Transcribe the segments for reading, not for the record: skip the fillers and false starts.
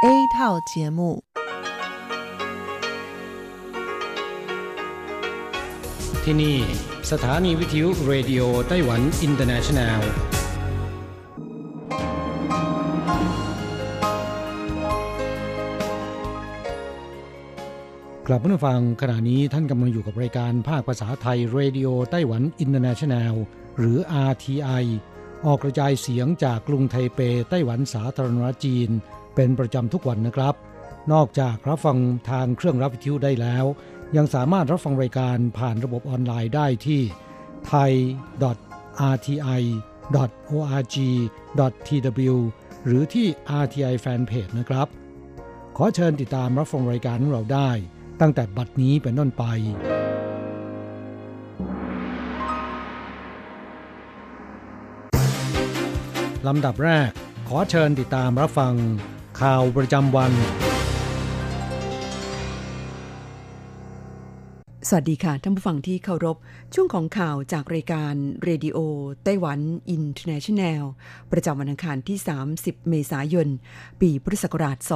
A 套节目ที่นี่สถานีวิทยุเรดิโอไต้หวันอินเตอร์เนชั่นแนลกลับมาฟังขณะนี้ท่านกำลังอยู่กับรายการภาคภาษาไทยเรดิโอไต้หวันอินเตอร์เนชั่นแนลหรือ RTI ออกกระจายเสียงจากกรุงไทเปไต้หวันสาธารณรัฐจีนเป็นประจำทุกวันนะครับนอกจากรับฟังทางเครื่องรับวิทยุได้แล้วยังสามารถรับฟังรายการผ่านระบบออนไลน์ได้ที่ thai.rti.org.tw หรือที่ RTI Fanpage นะครับขอเชิญติดตามรับฟังรายการของเราได้ตั้งแต่บัดนี้เป็นต้นไปลำดับแรกขอเชิญติดตามรับฟังข่าวประจำวันสวัสดีค่ะท่านผู้ฟังที่เคารพช่วงของข่าวจากรายการเรดิโอไต้หวันอินเตอร์เนชั่นแนลประจำวันอังคารที่30เมษายนปีพุทธศักราช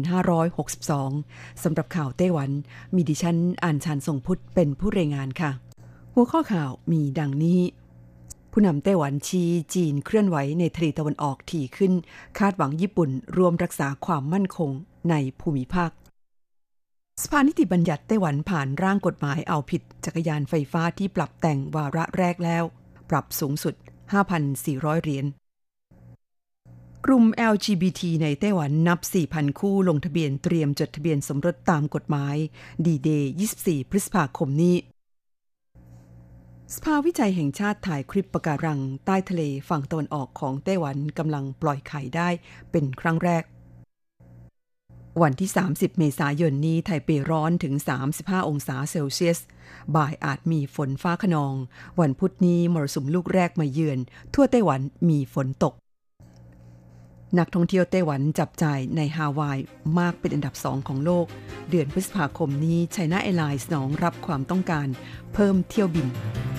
2562สำหรับข่าวไต้หวันมีดิฉันอ่านชันทรงพุทธเป็นผู้รายงานค่ะหัวข้อข่าวมีดังนี้ผู้นำไต้หวันชี้จีนเคลื่อนไหวในทะเลตะวันออกถี่ขึ้นคาดหวังญี่ปุ่นร่วมรักษาความมั่นคงในภูมิภาคสภานิติบัญญัติไต้หวันผ่านร่างกฎหมายเอาผิดจักรยานไฟฟ้าที่ปรับแต่งวาระแรกแล้วปรับสูงสุด 5,400 เหรียญกลุ่ม LGBT ในไต้หวันนับ 4,000 คู่ลงทะเบียนเตรียมจดทะเบียนสมรสตามกฎหมายดีเดย์ 24 พฤษภาคมนี้สภาวิจัยแห่งชาติถ่ายคลิปปะการังใต้ทะเลฝั่งตะวันออกของไต้หวันกำลังปล่อยไข่ได้เป็นครั้งแรกวันที่30เมษายนนี้ไทเปร้อนถึง35องศาเซลเซียสบ่ายอาจมีฝนฟ้าคะนองวันพุธนี้มรสุมลูกแรกมาเยือนทั่วไต้หวันมีฝนตกนักท่องเที่ยวไต้หวันจับจ่ายในฮาวายมากเป็นอันดับ2ของโลกเดือนพฤษภาคมนี้ China Airlines สนองรับความต้องการเพิ่มเที่ยวบิน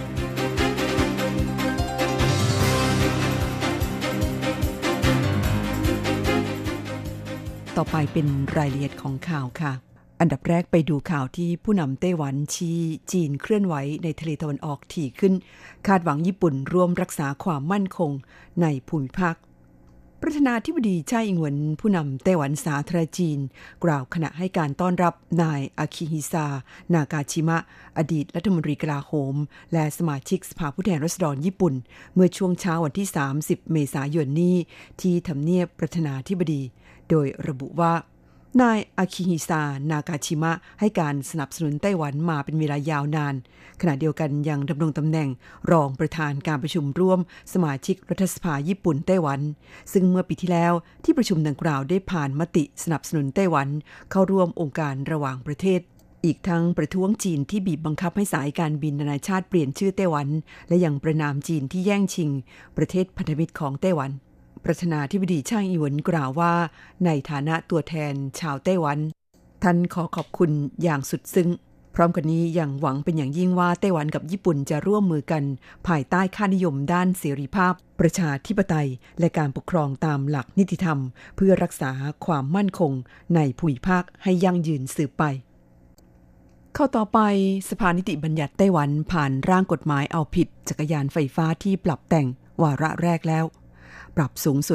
ต่อไปเป็นรายละเอียดของข่าวค่ะอันดับแรกไปดูข่าวที่ผู้นำไต้หวันชี้จีนเคลื่อนไหวในทะเลตะวันออกถี่ขึ้นคาดหวังญี่ปุ่นร่วมรักษาความมั่นคงในภูมิภาคประธานาธิบดีไช่อิงเหวินผู้นำไต้หวันสาธารณรัฐจีนกล่าวขณะให้การต้อนรับนายอาคิฮิซานากาชิมะอดีตรัฐมนตรีกลาโหมและสมาชิกสภาผู้แทนราษฎรญี่ปุ่นเมื่อช่วงเช้าวันที่30เมษายนนี้ที่ทำเนียบประธานาธิบดีโดยระบุว่านายอาคิฮิซานากาชิมะให้การสนับสนุนไต้หวันมาเป็นเวลายาวนานขณะเดียวกันยังดำรงตำแหน่งรองประธานการประชุมร่วมสมาชิกรัฐสภาญี่ปุ่นไต้หวันซึ่งเมื่อปีที่แล้วที่ประชุมดังกล่าวได้ผ่านมติสนับสนุนไต้หวันเข้าร่วมองค์การระหว่างประเทศอีกทั้งประท้วงจีนที่บีบบังคับให้สายการบินนานาชาติเปลี่ยนชื่อไต้หวันและยังประณามจีนที่แย่งชิงประเทศพันธมิตรของไต้หวันประธานาธิบดีช่างอีหวนกล่าวว่าในฐานะตัวแทนชาวไต้หวันท่านขอขอบคุณอย่างสุดซึ้งพร้อมกันนี้ยังหวังเป็นอย่างยิ่งว่าไต้หวันกับญี่ปุ่นจะร่วมมือกันภายใต้ค่านิยมด้านเสรีภาพประชาธิปไตยและการปกครองตามหลักนิติธรรมเพื่อรักษาความมั่นคงในภูมิภาคให้ยั่งยืนสืบไปเข้าต่อไปสภานิติบัญญัติไต้หวันผ่านร่างกฎหมายเอาผิดจักรยานไฟฟ้าที่ปรับแต่งวาระแรกแล้วปรับสูงสุด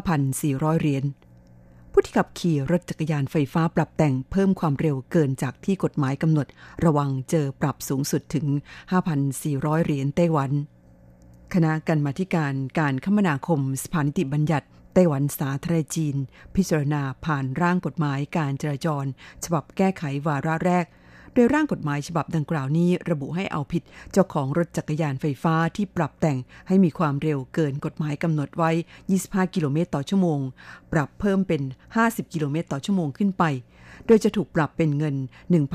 5,400 เหรียญผู้ที่ขับขี่รถจักรยานไฟฟ้าปรับแต่งเพิ่มความเร็วเกินจากที่กฎหมายกำหนดระวังเจอปรับสูงสุดถึง 5,400 เหรียญไต้หวันคณะกรรมาธิการการคมนาคมสภานิติบัญญัติไต้หวันสาธารณรัฐจีนพิจารณาผ่านร่างกฎหมายการจราจรฉบับแก้ไขวาระแรกโดยร่างกฎหมายฉบับดังกล่าวนี้ระบุให้เอาผิดเจ้าของรถจักรยานไฟฟ้าที่ปรับแต่งให้มีความเร็วเกินกฎหมายกำหนดไว้25กิโลเมตรต่อชั่วโมงปรับเพิ่มเป็น50กิโลเมตรต่อชั่วโมงขึ้นไปโดยจะถูกปรับเป็นเงิน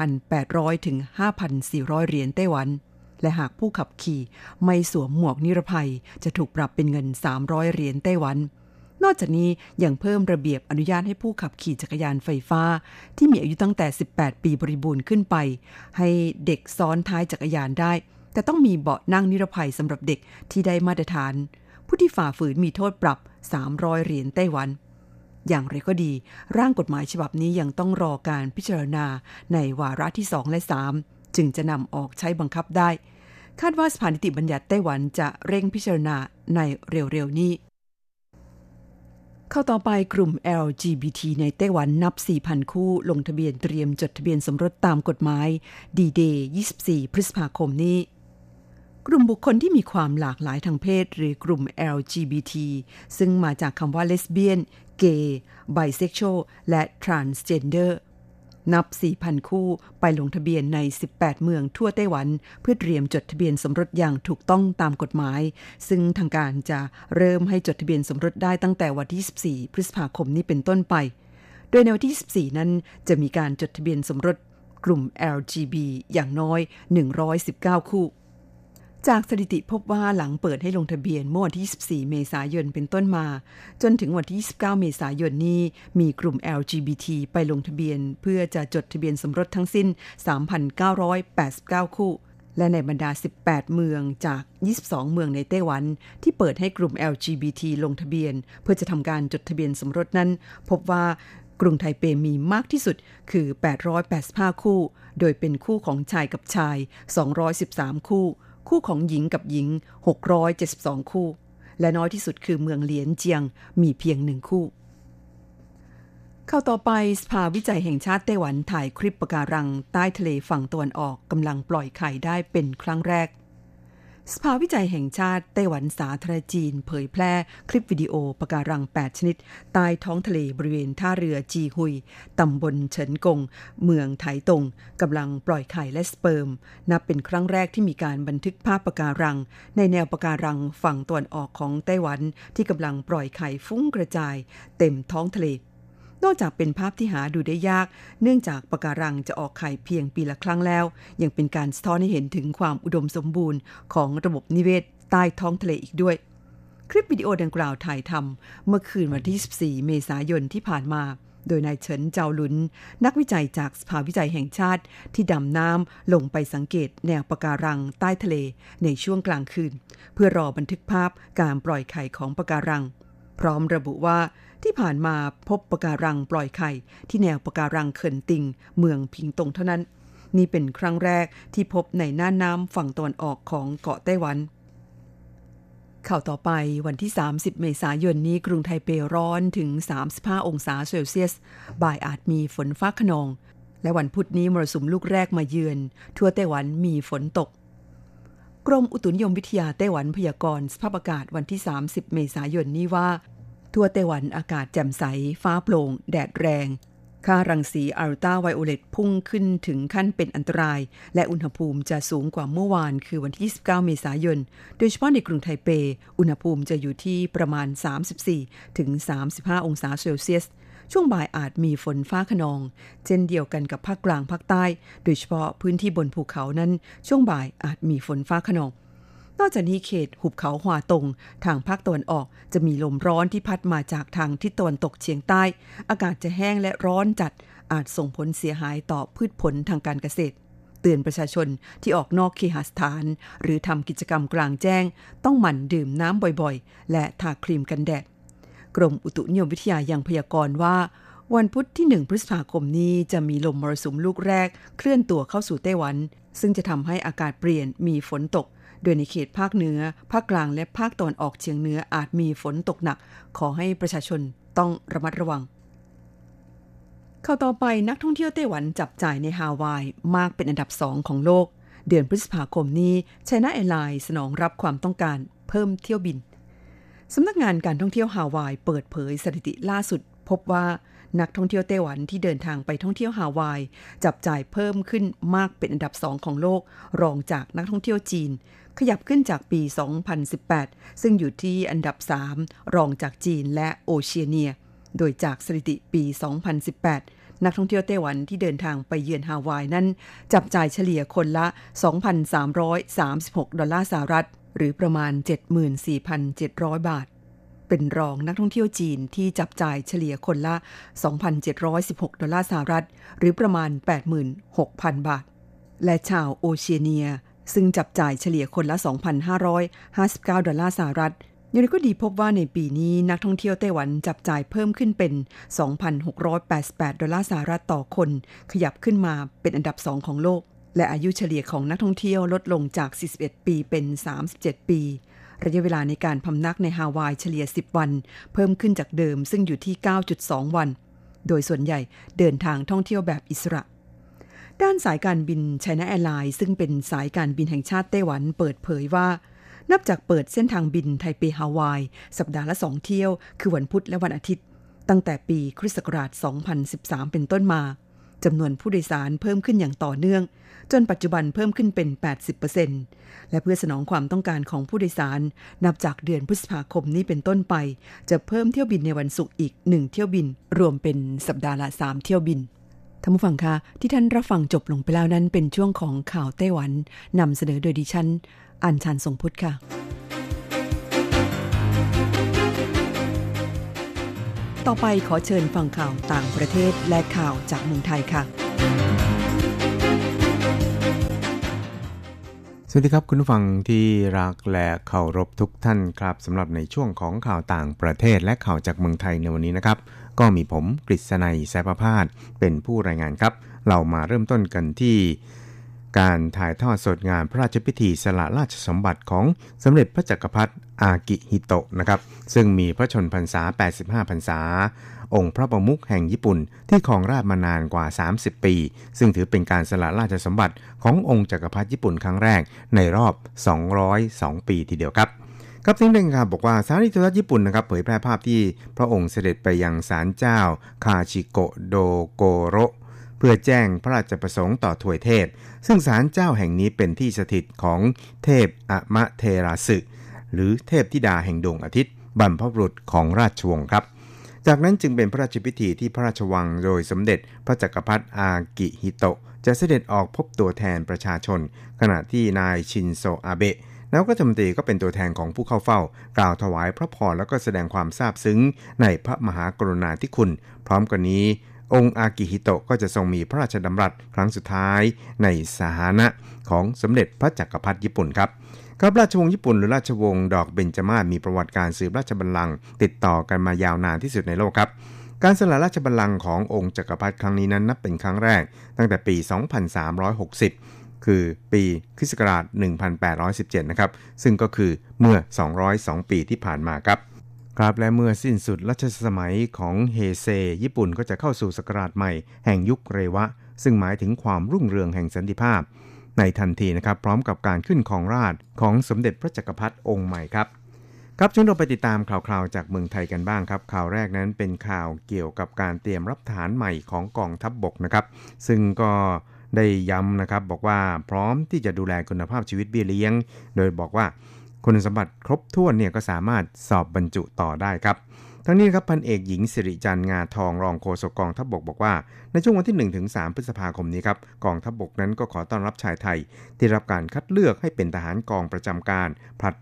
1,800 ถึง 5,400 เหรียญไต้หวันและหากผู้ขับขี่ไม่สวมหมวกนิรภัยจะถูกปรับเป็นเงิน300เหรียญไต้หวันนอกจากนี้ยังเพิ่มระเบียบอนุญาตให้ผู้ขับขี่จักรยานไฟฟ้าที่มีอายุตั้งแต่18ปีบริบูรณ์ขึ้นไปให้เด็กซ้อนท้ายจักรยานได้แต่ต้องมีเบาะนั่งนิรภัยสำหรับเด็กที่ได้มาตรฐานผู้ที่ฝ่าฝืนมีโทษปรับ300เหรียญไต้หวันอย่างไรก็ดีร่างกฎหมายฉบับนี้ยังต้องรอการพิจารณาในวาระที่2และ3จึงจะนำออกใช้บังคับได้คาดว่าสภานิติบัญญัติไต้หวันจะเร่งพิจารณาในเร็วๆนี้เข้าต่อไปกลุ่ม LGBT ในไต้หวันนับ 4,000 คู่ลงทะเบียนเตรียมจดทะเบียนสมรสตามกฎหมาย D-Day 24 พฤษภาคมนี้กลุ่มบุคคลที่มีความหลากหลายทางเพศหรือกลุ่ม LGBT ซึ่งมาจากคำว่าเลสเบี้ยน เกย์ ไบเซ็กชวล และทรานส์เจนเดอร์นับ 4,000 คู่ไปลงทะเบียนใน 18 เมืองทั่วไต้หวันเพื่อเตรียมจดทะเบียนสมรสอย่างถูกต้องตามกฎหมายซึ่งทางการจะเริ่มให้จดทะเบียนสมรสได้ตั้งแต่วันที่24 พฤษภาคมนี้เป็นต้นไปโดยในวันที่24นั้นจะมีการจดทะเบียนสมรสกลุ่ม LGBT อย่างน้อย119 คู่จากสถิติพบว่าหลังเปิดให้ลงทะเบียนเมื่อวันที่24 เมษายนเป็นต้นมาจนถึงวันที่29 เมษายนนี้มีกลุ่ม LGBT ไปลงทะเบียนเพื่อจะจดทะเบียนสมรสทั้งสิ้น 3,989 คู่และในบรรดา18เมืองจาก22เมืองในไต้หวันที่เปิดให้กลุ่ม LGBT ลงทะเบียนเพื่อจะทำการจดทะเบียนสมรสนั้นพบว่ากรุงไทเปมีมากที่สุดคือ885คู่โดยเป็นคู่ของชายกับชาย213คู่คู่ของหญิงกับหญิง672คู่และน้อยที่สุดคือเมืองเหลียนเจียงมีเพียง1คู่เข้าต่อไปสภาวิจัยแห่งชาติไต้หวันถ่ายคลิปปะการังใต้ทะเลฝั่งตะวันออกกำลังปล่อยไข่ได้เป็นครั้งแรกสภาวิจัยแห่งชาติไต้หวันสาธารณจีนเผยแพร่คลิปวิดีโอปะการัง8ชนิดใต้ท้องทะเลบริเวณท่าเรือจีฮุยตำบลเฉินกงเมืองไถตงกำลังปล่อยไข่และสเปิร์มนับเป็นครั้งแรกที่มีการบันทึกภาพปะการังในแนวปะการังฝั่งตะวันออกของไต้หวันที่กำลังปล่อยไข่ฟุ้งกระจายเต็มท้องทะเลนอกจากเป็นภาพที่หาดูได้ยากเนื่องจากปะการังจะออกไข่เพียงปีละครั้งแล้วยังเป็นการสะท้อนให้เห็นถึงความอุดมสมบูรณ์ของระบบนิเวศใต้ท้องทะเลอีกด้วยคลิปวิดีโอดังกล่าวถ่ายทำเมื่อคืนวันที่14 เมษายนที่ผ่านมาโดยนายเฉินเจาหลุนนักวิจัยจากสภาวิจัยแห่งชาติที่ดำน้ำลงไปสังเกตแนวปะการังใต้ทะเลในช่วงกลางคืนเพื่อรอบันทึกภาพการปล่อยไข่ของปะการังพร้อมระบุว่าที่ผ่านมาพบปะการังปล่อยไข่ที่แนวปะการังเขินติงเมืองพิงตงเท่านั้นนี่เป็นครั้งแรกที่พบในน่านน้ำฝั่งตะวันออกของเกาะไต้หวันข่าวต่อไปวันที่30 เมษายนนี้กรุงไทเปร้อนถึง35 องศาเซลเซียสบ่ายอาจมีฝนฟ้าคะนองและวันพุธนี้มรสุมลูกแรกมาเยือนทั่วไต้หวันมีฝนตกกรมอุตุนิยมวิทยาไต้หวันพยากรณ์สภาพอากาศวันที่30 เมษายนนี้ว่าทั่วไต้หวันอากาศแจ่มใสฟ้าโปร่งแดดแรงค่ารังสีอัลตราไวโอเลตพุ่งขึ้นถึงขั้นเป็นอันตรายและอุณหภูมิจะสูงกว่าเมื่อวานคือวันที่29 เมษายนโดยเฉพาะในกรุงไทเปอุณหภูมิจะอยู่ที่ประมาณ 34-35 องศาเซลเซียสช่วงบ่ายอาจมีฝนฟ้าคะนองเช่นเดียวกันกับภาคกลางภาคใต้โดยเฉพาะพื้นที่บนภูเขานั้นช่วงบ่ายอาจมีฝนฟ้าคะนองนอกจากนี้เขตหุบเขาฮวาตงทางภาคตะวันออกจะมีลมร้อนที่พัดมาจากทางทิศตะวันตกเฉียงใต้อากาศจะแห้งและร้อนจัดอาจส่งผลเสียหายต่อพืชผลทางการเกษตรเตือนประชาชนที่ออกนอกเคหสถานหรือทำกิจกรรมกลางแจ้งต้องหมั่นดื่มน้ำบ่อยๆและทาครีมกันแดดกรมอุตุนิยมวิทยายังพยากรณ์ว่าวันพุธที่1 พฤษภาคมนี้จะมีลมมรสุมลูกแรกเคลื่อนตัวเข้าสู่ไต้หวันซึ่งจะทำให้อากาศเปลี่ยนมีฝนตกโดยในเขตภาคเหนือภาคกลางและภาคตะวันออกเฉียงเหนืออาจมีฝนตกหนักขอให้ประชาชนต้องระมัดระวังเข้าต่อไปนักท่องเที่ยวไต้หวันจับจ่ายในฮาวายมากเป็นอันดับ2ของโลกเดือนพฤษภาคมนี้ China Airlines สนองรับความต้องการเพิ่มเที่ยวบินสำนักงานการท่องเที่ยวฮาวายเปิดเผยสถิติล่าสุดพบว่านักท่องเที่ยวไต้หวันที่เดินทางไปท่องเที่ยวฮาวายจับจ่ายเพิ่มขึ้นมากเป็นอันดับ2ของโลกรองจากนักท่องเที่ยวจีนขยับขึ้นจากปี 2018 ซึ่งอยู่ที่อันดับ3รองจากจีนและโอเชียเนียโดยจากสถิติปี 2018 นักท่องเที่ยวไต้หวันที่เดินทางไปเยือนฮาวายนั้นจับจ่ายเฉลี่ยคนละ 2,336 ดอลลาร์สหรัฐหรือประมาณ 74,700 บาทเป็นรองนักท่องเที่ยวจีนที่จับจ่ายเฉลี่ยคนละ 2,716 ดอลลาร์สหรัฐหรือประมาณ 86,000 บาทและชาวโอเชียเนียซึ่งจับจ่ายเฉลี่ยคนละ 2,559 ดอลลาร์สหรัฐอย่างไรก็ดีพบว่าในปีนี้นักท่องเที่ยวไต้หวันจับจ่ายเพิ่มขึ้นเป็น 2,688 ดอลลาร์สหรัฐต่อคนขยับขึ้นมาเป็นอันดับ2ของโลกและอายุเฉลี่ยของนักท่องเที่ยวลดลงจาก41ปีเป็น37ปีระยะเวลาในการพำนักในฮาวายเฉลี่ย10วันเพิ่มขึ้นจากเดิมซึ่งอยู่ที่ 9.2 วันโดยส่วนใหญ่เดินทางท่องเที่ยวแบบอิสระด้านสายการบิน China Airlines ซึ่งเป็นสายการบินแห่งชาติไต้หวันเปิดเผยว่านับจากเปิดเส้นทางบินไทเปฮาวายสัปดาห์ละ2เที่ยวคือวันพุธและวันอาทิตย์ตั้งแต่ปีคริสต์ศักราช 2013 เป็นต้นมาจำนวนผู้โดยสารเพิ่มขึ้นอย่างต่อเนื่องจนปัจจุบันเพิ่มขึ้นเป็น 80% และเพื่อสนองความต้องการของผู้โดยสารนับจากเดือนพฤษภาคมนี้เป็นต้นไปจะเพิ่มเที่ยวบินในวันศุกร์อีก1เที่ยวบินรวมเป็นสัปดาห์ละ3เที่ยวบินท่านผู้ฟังคะที่ท่านรับฟังจบลงไปแล้วนั้นเป็นช่วงของข่าวไต้หวันนำเสนอโดยดิฉันอัญชันทรงพุทธค่ะต่อไปขอเชิญฟังข่าวต่างประเทศและข่าวจากเมืองไทยค่ะสวัสดีครับคุณผู้ฟังที่รักและเคารพทุกท่านครับสำหรับในช่วงของข่าวต่างประเทศและข่าวจากเมืองไทยในวันนี้นะครับก็มีผมกฤษณัย แสประภาสเป็นผู้รายงานครับเรามาเริ่มต้นกันที่การถ่ายทอดสดงานพระราชพิธีสละราชสมบัติของสมเด็จพระจักรพรรดิอากิฮิโตะนะครับซึ่งมีพระชนพรรษา85พรรษาองค์พระประมุขแห่งญี่ปุ่นที่ครองราชย์มานานกว่า30ปีซึ่งถือเป็นการสละราชสมบัติขององค์จักรพรรดิญี่ปุ่นครั้งแรกในรอบ202ปีทีเดียวครับครับซึ่งได้ข่าวบอกว่าสถานีโทรทัศน์ญี่ปุ่นนะครับเผยแพร่ภาพที่พระองค์เสด็จไปยังศาลเจ้าคาชิโกะโดโกโระเพื่อแจ้งพระราชประสงค์ต่อทวยเทพซึ่งศาลเจ้าแห่งนี้เป็นที่สถิตของเทพอมะเทราสึหรือเทพธิดาแห่งดวงอาทิตย์บรรพบุรุษของราชวงศ์ครับจากนั้นจึงเป็นพระราชพิธีที่พระราชวังโดยสมเด็จพระจักรพรรดิอากิฮิโตะจะเสด็จออกพบตัวแทนประชาชนขณะที่นายชินโซอาเบะนายกรัฐมนตรีก็เป็นตัวแทนของผู้เข้าเฝ้ากล่าวถวายพระพรแล้วก็แสดงความซาบซึ้งในพระมหากรุณาธิคุณพร้อมกันนี้องค์อากิฮิโตะก็จะทรงมีพระราชดำรัสครั้งสุดท้ายในสถานะของสมเด็จพระจักรพรรดิญี่ปุ่นครับราชวงศ์ญี่ปุ่นหรือราชวงศ์ดอกเบญจมาศมีประวัติการสืบราชบัลลังก์ติดต่อกันมายาวนานที่สุดในโลกครับการสละราชบัลลังก์ขององค์จักรพรรดิครั้งนี้นั้นนับเป็นครั้งแรกตั้งแต่ปี 2360 คือปีคริสต์ศักราช 1817 นะครับซึ่งก็คือเมื่อ202ปีที่ผ่านมาครับและเมื่อสิ้นสุดรัชสมัยของเฮเซญี่ปุ่นก็จะเข้าสู่ศักราชใหม่แห่งยุคเรวะซึ่งหมายถึงความรุ่งเรืองแห่งสันติภาพในทันทีนะครับพร้อมกับการขึ้นครองราชย์ของสมเด็จพระจักรพรรดิองค์ใหม่ครับช่วงเราไปติดตามข่าวๆจากเมืองไทยกันบ้างครับข่าวแรกนั้นเป็นข่าวเกี่ยวกับการเตรียมรับฐานใหม่ของกองทัพบกนะครับซึ่งก็ได้ย้ำนะครับบอกว่าพร้อมที่จะดูแลคุณภาพชีวิตเบี้ยเลี้ยงโดยบอกว่าคุณสมบัติครบถ้วนเนี่ยก็สามารถสอบบรรจุต่อได้ครับทั้งนี้ครับพันเอกหญิงสิริจันทร์งาทองรองโฆษกกองทัพบกบอกว่าในช่วงวันที่ 1-3 พฤษภาคมนี้ครับกองทัพบกนั้นก็ขอต้อนรับชายไทยที่รับการคัดเลือกให้เป็นทหารกองประจำการผลัด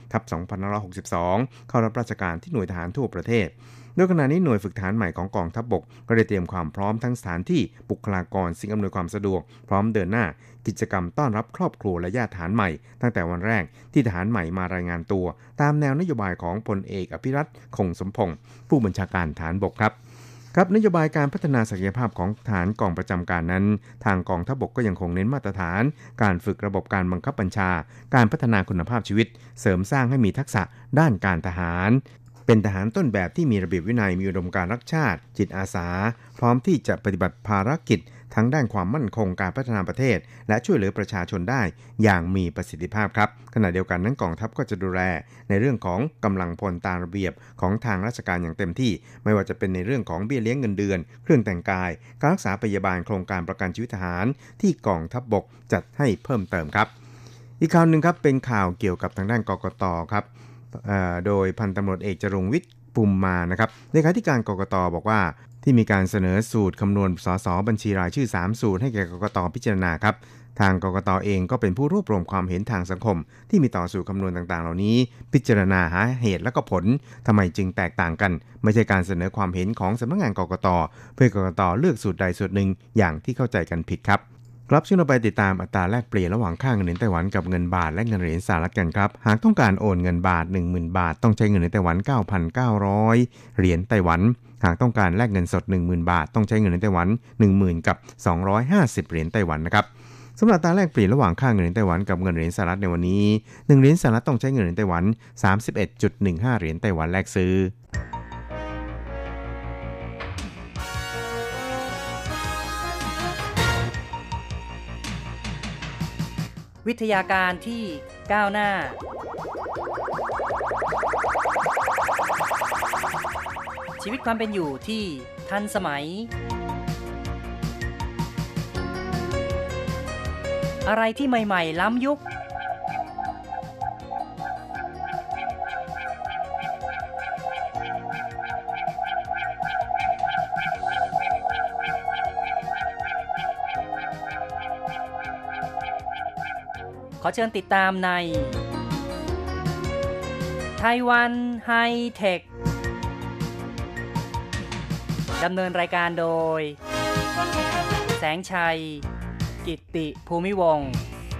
1/2562 เข้ารับราชการที่หน่วยทหารทั่วประเทศโดยขณะนี้หน่วยฝึกทหารใหม่ของกองทัพบกก็ได้เตรียมความพร้อมทั้งสถานที่บุคลากรสิ่งอำนวยความสะดวกพร้อมเดินหน้ากิจกรรมต้อนรับครอบครัวและญาติทหารใหม่ตั้งแต่วันแรกที่ทหารใหม่มารายงานตัวตามแนวนโยบายของพลเอกอภิรัตน์คงสมพงษ์ผู้บัญชาการทหารบกครับนโยบายการพัฒนาศักยภาพของทหารกองประจำการนั้นทางกองทัพบกก็ยังคงเน้นมาตรฐานการฝึกระบบการบังคับบัญชาการพัฒนาคุณภาพชีวิตเสริมสร้างให้มีทักษะด้านการทหารเป็นทหารต้นแบบที่มีระเบียบวินัยมีอุดมการณ์รักชาติจิตอาสาพร้อมที่จะปฏิบัติภารกิจทั้งด้านความมั่นคงการพัฒนาประเทศและช่วยเหลือประชาชนได้อย่างมีประสิทธิภาพครับขณะเดียวกันนั้นกองทัพก็จะดูแลในเรื่องของกำลังพลตามระเบียบของทางราชการอย่างเต็มที่ไม่ว่าจะเป็นในเรื่องของเบี้ยเลี้ยงเงินเดือนเครื่องแต่งกายการรักษาพยาบาลโครงการประกันชีวิตทหารที่กองทัพบกจัดให้เพิ่มเติมครับอีกข่าวนึงครับเป็นข่าวเกี่ยวกับทางด้านกกต.ครับโดยพันตำรวจเอกจรุงวิทย์ปุมมานะครับเลขาธิการกกต.บอกว่าที่มีการเสนอสูตรคำนวณสสบัญชีรายชื่อ3สูตรให้แก่กกต.พิจารณาครับทางกกต.เองก็เป็นผู้รวบรวมความเห็นทางสังคมที่มีต่อสูตรคำนวณต่างๆเหล่านี้พิจารณาหาเหตุและก็ผลทำไมจึงแตกต่างกันไม่ใช่การเสนอความเห็นของสำนักงานกกต.เพื่อกกต.เลือกสูตรใดสูตรหนึ่งอย่างที่เข้าใจกันผิดครับครับช่วงต่อไปติดตามอัตราแลกเปลี่ยนระหว่างค่าเงินเหรียญไต้หวันกับเงินบาทและเงินเหรียญสหรัฐกันครับหากต้องการโอนเงินบาท 10,000 บาทต้องใช้เงินเหรียญไต้หวัน 9,900 เหรียญไต้หวันหากต้องการแลกเงินสด 10,000 บาทต้องใช้เงินเหรียญไต้หวัน 10,000 กับ 250 เหรียญไต้หวันนะครับสำหรับอัตราแลกเปลี่ยนระหว่างค่าเงินเหรียญไต้หวันกับเงินเหรียญสหรัฐในวันนี้1เหรียญสหรัฐต้องใช้เงินเหรียญไต้หวัน 31.15 เหรียญไต้หวันแลกซื้อวิทยาการที่ก้าวหน้าชีวิตความเป็นอยู่ที่ทันสมัยอะไรที่ใหม่ๆล้ำยุคขอเชิญติดตามในไต้หวันไฮเทคดำเนินรายการโดยแสงชัยกิตติภูมิวงศ์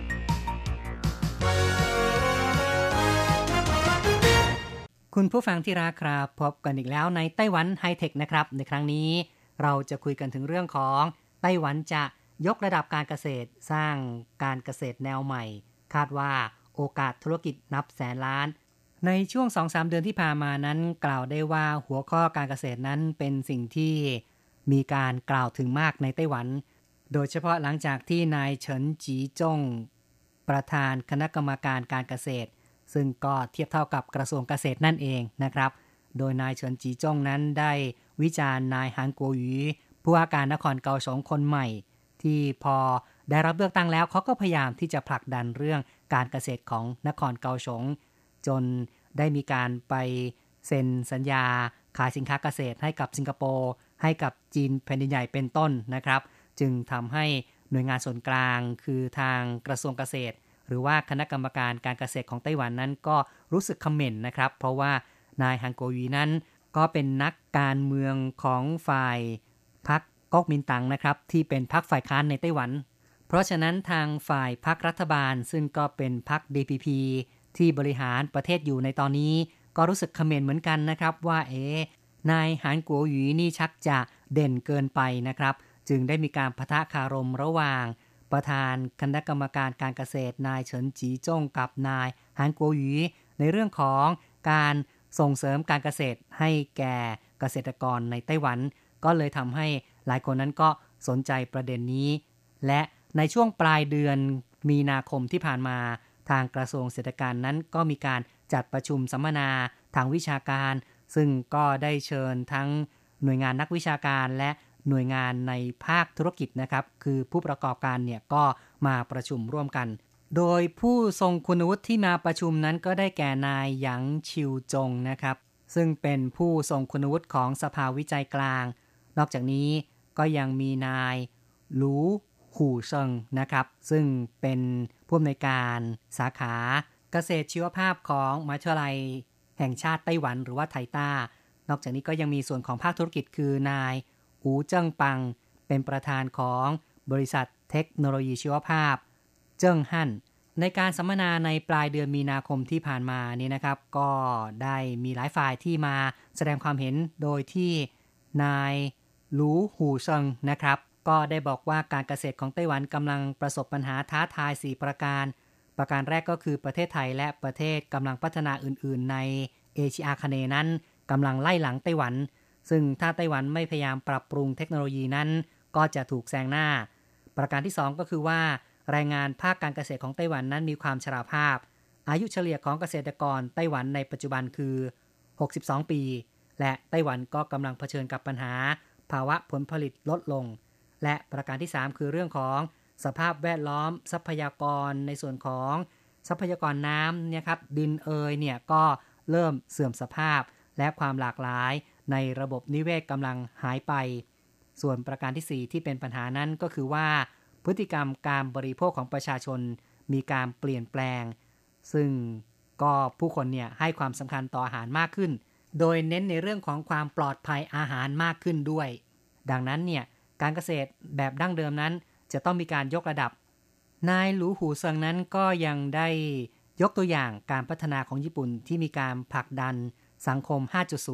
คุณผู้ฟังที่รักครับพบกันอีกแล้วในไต้หวันไฮเทคนะครับในครั้งนี้เราจะคุยกันถึงเรื่องของไต้หวันจะยกระดับการเกษตรสร้างการเกษตรแนวใหม่คาดว่าโอกาสธุรกิจนับแสนล้านในช่วง 2-3 เดือนที่ผ่านมานั้นกล่าวได้ว่าหัวข้อการเกษตรนั้นเป็นสิ่งที่มีการกล่าวถึงมากในไต้หวันโดยเฉพาะหลังจากที่นายเฉินจีจงประธานคณะกรรมการการเกษตรซึ่งก็เทียบเท่ากับกระทรวงเกษตรนั่นเองนะครับโดยนายเฉินจีจงนั้นได้วิจารณ์นายหานกัวหยีผู้ว่าการนครเกาสงคนใหม่ที่พอได้รับเลือกตั้งแล้วเขาก็พยายามที่จะผลักดันเรื่องการเกษตรของนครเกาสงจนได้มีการไปเซ็นสัญญาขายสินค้าเกษตรให้กับสิงคโปร์ให้กับจีนแผ่นดินใหญ่เป็นต้นนะครับจึงทำให้หน่วยงานส่วนกลางคือทางกระทรวงเกษตรหรือว่าคณะกรรมการการเกษตรของไต้หวันนั้นก็รู้สึกคอมเมนต์นะครับเพราะว่านายฮังโกวีนั้นก็เป็นนักการเมืองของฝ่ายพรรคก๊กมินตั๋งนะครับที่เป็นพรรคฝ่ายค้านในไต้หวันเพราะฉะนั้นทางฝ่ายพรรครัฐบาลซึ่งก็เป็นพรรค DPP ที่บริหารประเทศอยู่ในตอนนี้ก็รู้สึกคอมเมนต์เหมือนกันนะครับว่านายหานกัวหยีนี่ชักจะเด่นเกินไปนะครับจึงได้มีการปะทะคารมระหว่างประธานคณะกรรมการการเกษตรนายเฉินจีจงกับนายหานกัวหยีในเรื่องของการส่งเสริมการเกษตรให้แก่เกษตรกรในไต้หวันก็เลยทำให้หลายคนนั้นก็สนใจประเด็นนี้และในช่วงปลายเดือนมีนาคมที่ผ่านมาทางกระทรวงเศรษฐกิจนั้นก็มีการจัดประชุมสัมมนาทางวิชาการซึ่งก็ได้เชิญทั้งหน่วยงานนักวิชาการและหน่วยงานในภาคธุรกิจนะครับคือผู้ประกอบการเนี่ยก็มาประชุมร่วมกันโดยผู้ทรงคุณวุฒิที่มาประชุมนั้นก็ได้แก่นายหยางชิวจงนะครับซึ่งเป็นผู้ทรงคุณวุฒิของสภาวิจัยกลางนอกจากนี้ก็ยังมีนายหลูหู่เซิงนะครับซึ่งเป็นผู้อำนวยการสาขาเกษตรชีวภาพของมหาวิทยาลัยแห่งชาติไต้หวันหรือว่าไทต้านอกจากนี้ก็ยังมีส่วนของภาคธุรกิจคือนายอูเจิ้งปังเป็นประธานของบริษัทเทคโนโลยีชีวภาพเจิ้งฮั่นในการสัมมนาในปลายเดือนมีนาคมที่ผ่านมานี่นะครับก็ได้มีหลายฝ่ายที่มาแสดงความเห็นโดยที่นายหลูหู่เซิงนะครับก็ได้บอกว่าการเกษตรของไต้หวันกำลังประสบปัญหาท้าทาย4ประการแรกก็คือประเทศไทยและประเทศกำลังพัฒนาอื่นๆในเอเชียอาคเนย์นั้นกำลังไล่หลังไต้หวันซึ่งถ้าไต้หวันไม่พยายามปรับปรุงเทคโนโลยีนั้นก็จะถูกแซงหน้าประการที่2ก็คือว่าแรงงานภาคการเกษตรของไต้หวันนั้นมีความชราภาพอายุเฉลี่ยของเกษตรกรไต้หวันในปัจจุบันคือ62ปีและไต้หวันก็กำลังเผชิญกับปัญหาภาวะผลผลิตลดลงและประการที่3คือเรื่องของสภาพแวดล้อมทรัพยากรในส่วนของทรัพยากรน้ำเนี่ยครับดินเนี่ยก็เริ่มเสื่อมสภาพและความหลากหลายในระบบนิเวศกำลังหายไปส่วนประการที่4ที่เป็นปัญหานั้นก็คือว่าพฤติกรรมการบริโภคของประชาชนมีการเปลี่ยนแปลงซึ่งก็ผู้คนเนี่ยให้ความสำคัญต่ออาหารมากขึ้นโดยเน้นในเรื่องของความปลอดภัยอาหารมากขึ้นด้วยดังนั้นเนี่ยการเกษตรแบบดั้งเดิมนั้นจะต้องมีการยกระดับนายหลูหูเซิงนั้นก็ยังได้ยกตัวอย่างการพัฒนาของญี่ปุ่นที่มีการผลักดันสังคม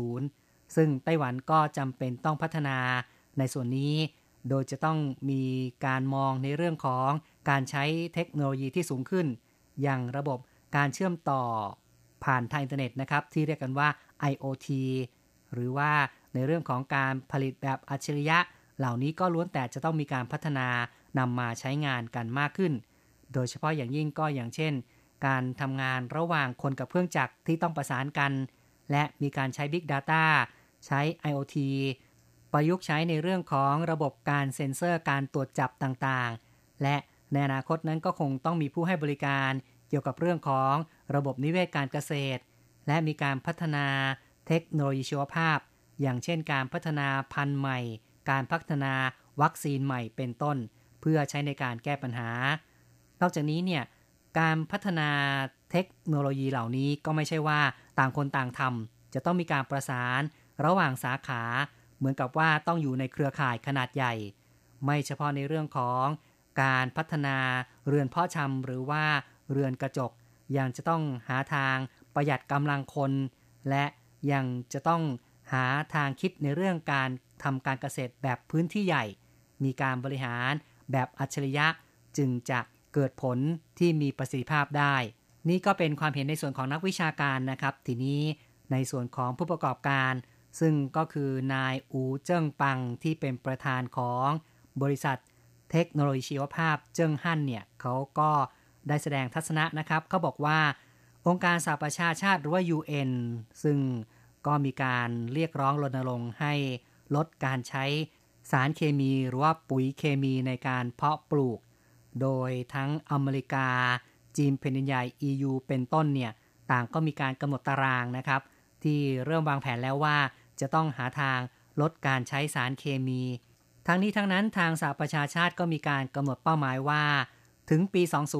5.0 ซึ่งไต้หวันก็จำเป็นต้องพัฒนาในส่วนนี้โดยจะต้องมีการมองในเรื่องของการใช้เทคโนโลยีที่สูงขึ้นอย่างระบบการเชื่อมต่อผ่านทางอินเทอร์เน็ตนะครับที่เรียกกันว่า IoT หรือว่าในเรื่องของการผลิตแบบอัจฉริยะเหล่านี้ก็ล้วนแต่จะต้องมีการพัฒนานำมาใช้งานกันมากขึ้นโดยเฉพาะอย่างยิ่งก็อย่างเช่นการทำงานระหว่างคนกับเครื่องจักรที่ต้องประสานกันและมีการใช้ Big Data ใช้ IoT ประยุกต์ใช้ในเรื่องของระบบการเซ็นเซอร์การตรวจจับต่างๆและในอนาคตนั้นก็คงต้องมีผู้ให้บริการเกี่ยวกับเรื่องของระบบนิเวศการเกษตรและมีการพัฒนาเทคโนโลยีชีวภาพอย่างเช่นการพัฒนาพันธุ์ใหม่การพัฒนาวัคซีนใหม่เป็นต้นเพื่อใช้ในการแก้ปัญหานอกจากนี้เนี่ยการพัฒนาเทคโนโลยีเหล่านี้ก็ไม่ใช่ว่าต่างคนต่างทำจะต้องมีการประสานระหว่างสาขาเหมือนกับว่าต้องอยู่ในเครือข่ายขนาดใหญ่ไม่เฉพาะในเรื่องของการพัฒนาเรือนเพาะชำหรือว่าเรือนกระจกยังจะต้องหาทางประหยัดกำลังคนและยังจะต้องหาทางคิดในเรื่องการทำการเกษตรแบบพื้นที่ใหญ่มีการบริหารแบบอัจฉริยะจึงจะเกิดผลที่มีประสิทธิภาพได้นี่ก็เป็นความเห็นในส่วนของนักวิชาการนะครับทีนี้ในส่วนของผู้ประกอบการซึ่งก็คือนายอูเจิ้งปังที่เป็นประธานของบริษัทเทคโนโลยีชีวภาพเจิ้งฮั่นเนี่ยเขาก็ได้แสดงทัศนะนะครับเขาบอกว่าองค์การสหประชาชาติหรือว่า UN ซึ่งก็มีการเรียกร้องรณรงค์ให้ลดการใช้สารเคมีหรือว่าปุ๋ยเคมีในการเพาะปลูกโดยทั้งอเมริกาจีนแผ่นดินใหญ่ EU เป็นต้นเนี่ยต่างก็มีการกำหนดตารางนะครับที่เริ่มวางแผนแล้วว่าจะต้องหาทางลดการใช้สารเคมีทั้งนี้ทั้งนั้นทางสหประชาชาติก็มีการกำหนดเป้าหมายว่าถึงปี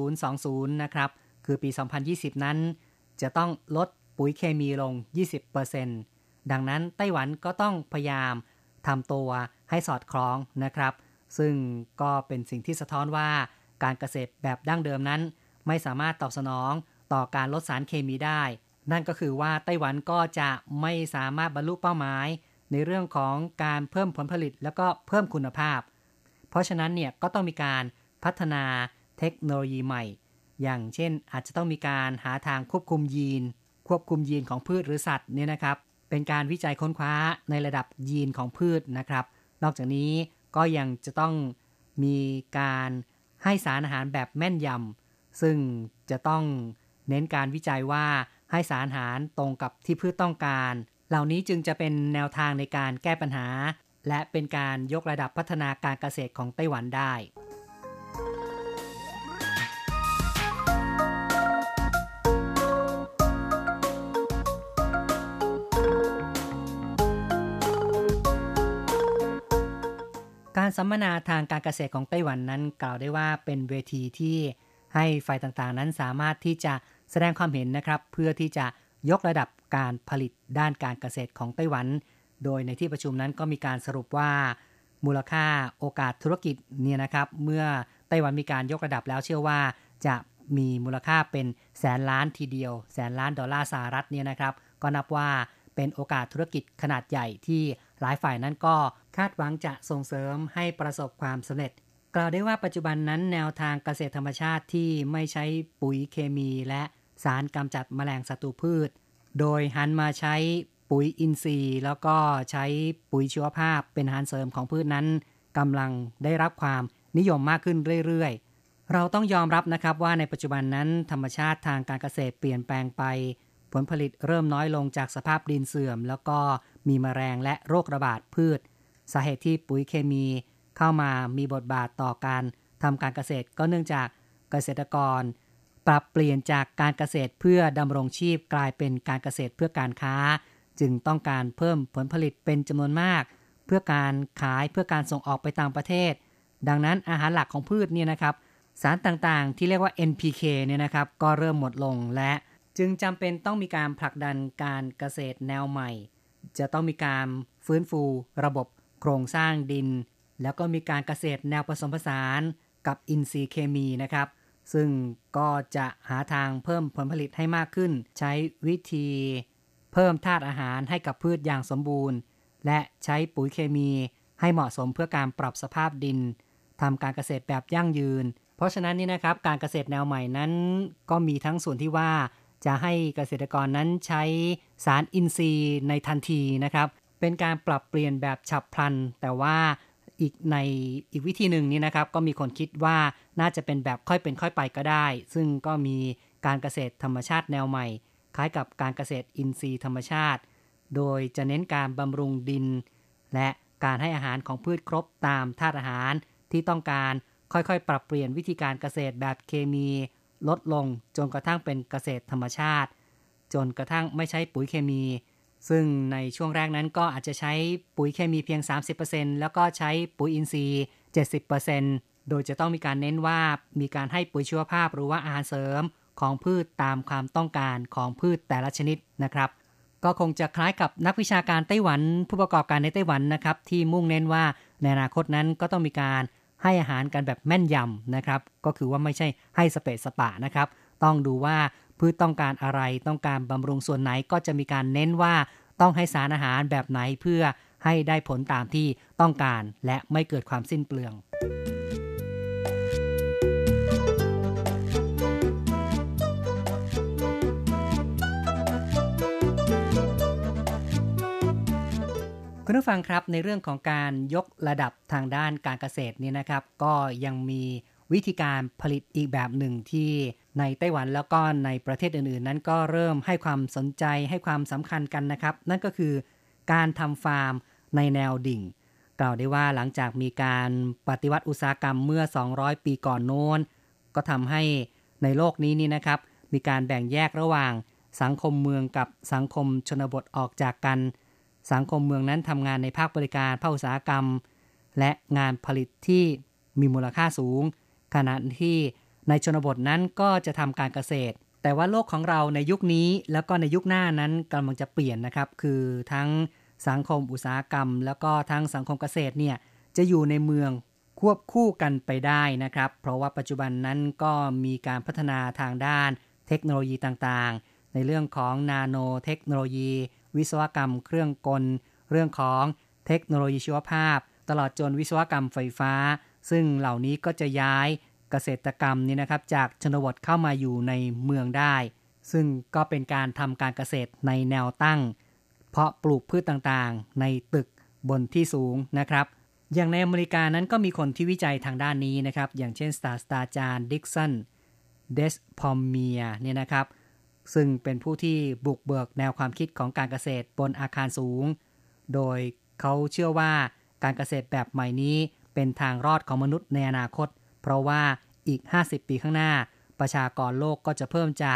2020 นะครับคือปี 2020 นั้นจะต้องลดปุ๋ยเคมีลง 20% ดังนั้นไต้หวันก็ต้องพยายามทำตัวให้สอดคล้องนะครับซึ่งก็เป็นสิ่งที่สะท้อนว่าการเกษตรแบบดั้งเดิมนั้นไม่สามารถตอบสนองต่อการลดสารเคมีได้นั่นก็คือว่าไต้หวันก็จะไม่สามารถบรรลุเป้าหมายในเรื่องของการเพิ่มผลผลิตแล้วก็เพิ่มคุณภาพเพราะฉะนั้นเนี่ยก็ต้องมีการพัฒนาเทคโนโลยีใหม่อย่างเช่นอาจจะต้องมีการหาทางควบคุมยีนของพืชหรือสัตว์เนี่ยนะครับเป็นการวิจัยค้นคว้าในระดับยีนของพืชนะครับนอกจากนี้ก็ยังจะต้องมีการให้สารอาหารแบบแม่นยำซึ่งจะต้องเน้นการวิจัยว่าให้สารอาหารตรงกับที่พืชต้องการเหล่านี้จึงจะเป็นแนวทางในการแก้ปัญหาและเป็นการยกระดับพัฒนาการเกษตรของไต้หวันได้การสัมมนาทางการเกษตรของไต้หวันนั้นกล่าวได้ว่าเป็นเวทีที่ให้ฝ่ายต่างๆนั้นสามารถที่จะแสดงความเห็นนะครับเพื่อที่จะยกระดับการผลิตด้านการเกษตรของไต้หวันโดยในที่ประชุมนั้นก็มีการสรุปว่ามูลค่าโอกาสธุรกิจเนี่ยนะครับเมื่อไต้หวันมีการยกระดับแล้วเชื่อว่าจะมีมูลค่าเป็นแสนล้านทีเดียวแสนล้านดอลลาร์สหรัฐเนี่ยนะครับก็นับว่าเป็นโอกาสธุรกิจขนาดใหญ่ที่หลายฝ่ายนั้นก็คาดหวังจะส่งเสริมให้ประสบความสำเร็จกล่าวได้ว่าปัจจุบันนั้นแนวทางเกษตรธรรมชาติที่ไม่ใช้ปุ๋ยเคมีและสารกำจัดแมลงศัตรูพืชโดยหันมาใช้ปุ๋ยอินทรีย์แล้วก็ใช้ปุ๋ยชีวภาพเป็นอาหารเสริมของพืชนั้นกำลังได้รับความนิยมมากขึ้นเรื่อยๆเราต้องยอมรับนะครับว่าในปัจจุบันนั้นธรรมชาติทางการเกษตรเปลี่ยนแปลงไปผลผลิตเริ่มน้อยลงจากสภาพดินเสื่อมแล้วก็มีแมลงและโรคระบาดพืชสาเหตุที่ปุ๋ยเคมีเข้ามามีบทบาทต่อการทำการเกษตรก็เนื่องจากเกษตรกรปรับเปลี่ยนจากการเกษตรเพื่อดำรงชีพกลายเป็นการเกษตรเพื่อการค้าจึงต้องการเพิ่มผลผลิตเป็นจำนวนมากเพื่อการขายเพื่อการส่งออกไปต่างประเทศดังนั้นอาหารหลักของพืชเนี่ยนะครับสารต่างๆที่เรียกว่า NPK เนี่ยนะครับก็เริ่มหมดลงและจึงจำเป็นต้องมีการผลักดันการเกษตรแนวใหม่จะต้องมีการฟื้นฟูระบบโครงสร้างดินแล้วก็มีการเกษตรแนวผสมผสานกับอินทรีย์เคมีนะครับซึ่งก็จะหาทางเพิ่มผลผลิตให้มากขึ้นใช้วิธีเพิ่มธาตุอาหารให้กับพืชอย่างสมบูรณ์และใช้ปุ๋ยเคมีให้เหมาะสมเพื่อการปรับสภาพดินทำการเกษตรแบบยั่งยืนเพราะฉะนั้นนี่นะครับการเกษตรแนวใหม่นั้นก็มีทั้งส่วนที่ว่าจะให้เกษตรกรนั้นใช้สารอินทรีย์ในทันทีนะครับเป็นการปรับเปลี่ยนแบบฉับพลันแต่ว่าอีกวิธีหนึ่งนี่นะครับก็มีคนคิดว่าน่าจะเป็นแบบค่อยเป็นค่อยไปก็ได้ซึ่งก็มีการเกษตรธรรมชาติแนวใหม่คล้ายกับการเกษตรอินทรีย์ธรรมชาติโดยจะเน้นการบำรุงดินและการให้อาหารของพืชครบตามธาตุอาหารที่ต้องการค่อยๆปรับเปลี่ยนวิธีการเกษตรแบบเคมีลดลงจนกระทั่งเป็นเกษตรธรรมชาติจนกระทั่งไม่ใช้ปุ๋ยเคมีซึ่งในช่วงแรกนั้นก็อาจจะใช้ปุ๋ยเคมีเพียง 30% แล้วก็ใช้ปุ๋ยอินทรีย์ 70% โดยจะต้องมีการเน้นว่ามีการให้ปุ๋ยชีวภาพหรือว่าอาหารเสริมของพืชตามความต้องการของพืชแต่ละชนิดนะครับก็คงจะคล้ายกับนักวิชาการไต้หวันผู้ประกอบการในไต้หวันนะครับที่มุ่งเน้นว่าในอนาคตนั้นก็ต้องมีการให้อาหารกันแบบแม่นยำนะครับก็คือว่าไม่ใช่ให้สเปะสปะนะครับต้องดูว่าพืชต้องการอะไรต้องการบำรุงส่วนไหนก็จะมีการเน้นว่าต้องให้สารอาหารแบบไหนเพื่อให้ได้ผลตามที่ต้องการและไม่เกิดความสิ้นเปลืองคุณผู้ฟังครับในเรื่องของการยกระดับทางด้านการเกษตรนี่นะครับก็ยังมีวิธีการผลิตอีกแบบหนึ่งที่ในไต้หวันแล้วก็ในประเทศอื่นๆนั้นก็เริ่มให้ความสนใจให้ความสำคัญกันนะครับนั่นก็คือการทำฟาร์มในแนวดิ่งกล่าวได้ว่าหลังจากมีการปฏิวัติอุตสาหกรรมเมื่อ200ปีก่อนโน้นก็ทำให้ในโลกนี้นี่นะครับมีการแบ่งแยกระหว่างสังคมเมืองกับสังคมชนบทออกจากกันสังคมเมืองนั้นทำงานในภาคบริการภาคอุตสาหกรรมและงานผลิตที่มีมูลค่าสูงขณะที่ในชนบทนั้นก็จะทำการเกษตรแต่ว่าโลกของเราในยุคนี้แล้วก็ในยุคหน้านั้นกำลังจะเปลี่ยนนะครับคือทั้งสังคมอุตสาหกรรมแล้วก็ทั้งสังคมเกษตรเนี่ยจะอยู่ในเมืองควบคู่กันไปได้นะครับเพราะว่าปัจจุบันนั้นก็มีการพัฒนาทางด้านเทคโนโลยีต่างๆในเรื่องของนาโนเทคโนโลยีวิศวกรรมเครื่องกลเรื่องของเทคโนโลยีชีวภาพตลอดจนวิศวกรรมไฟฟ้าซึ่งเหล่านี้ก็จะย้ายเกษตรกรรมนี่นะครับจากชนบทเข้ามาอยู่ในเมืองได้ซึ่งก็เป็นการทำการเกษตรในแนวตั้งเพาะปลูกพืชต่างๆในตึกบนที่สูงนะครับอย่างในอเมริกานั้นก็มีคนที่วิจัยทางด้านนี้นะครับอย่างเช่นศาสตราจารย์ดิกสันเดสพอมเมียเนี่ยนะครับซึ่งเป็นผู้ที่บุกเบิกแนวความคิดของการเกษตรบนอาคารสูงโดยเขาเชื่อว่าการเกษตรแบบใหม่นี้เป็นทางรอดของมนุษย์ในอนาคตเพราะว่าอีก50ปีข้างหน้าประชากรโลกก็จะเพิ่มจาก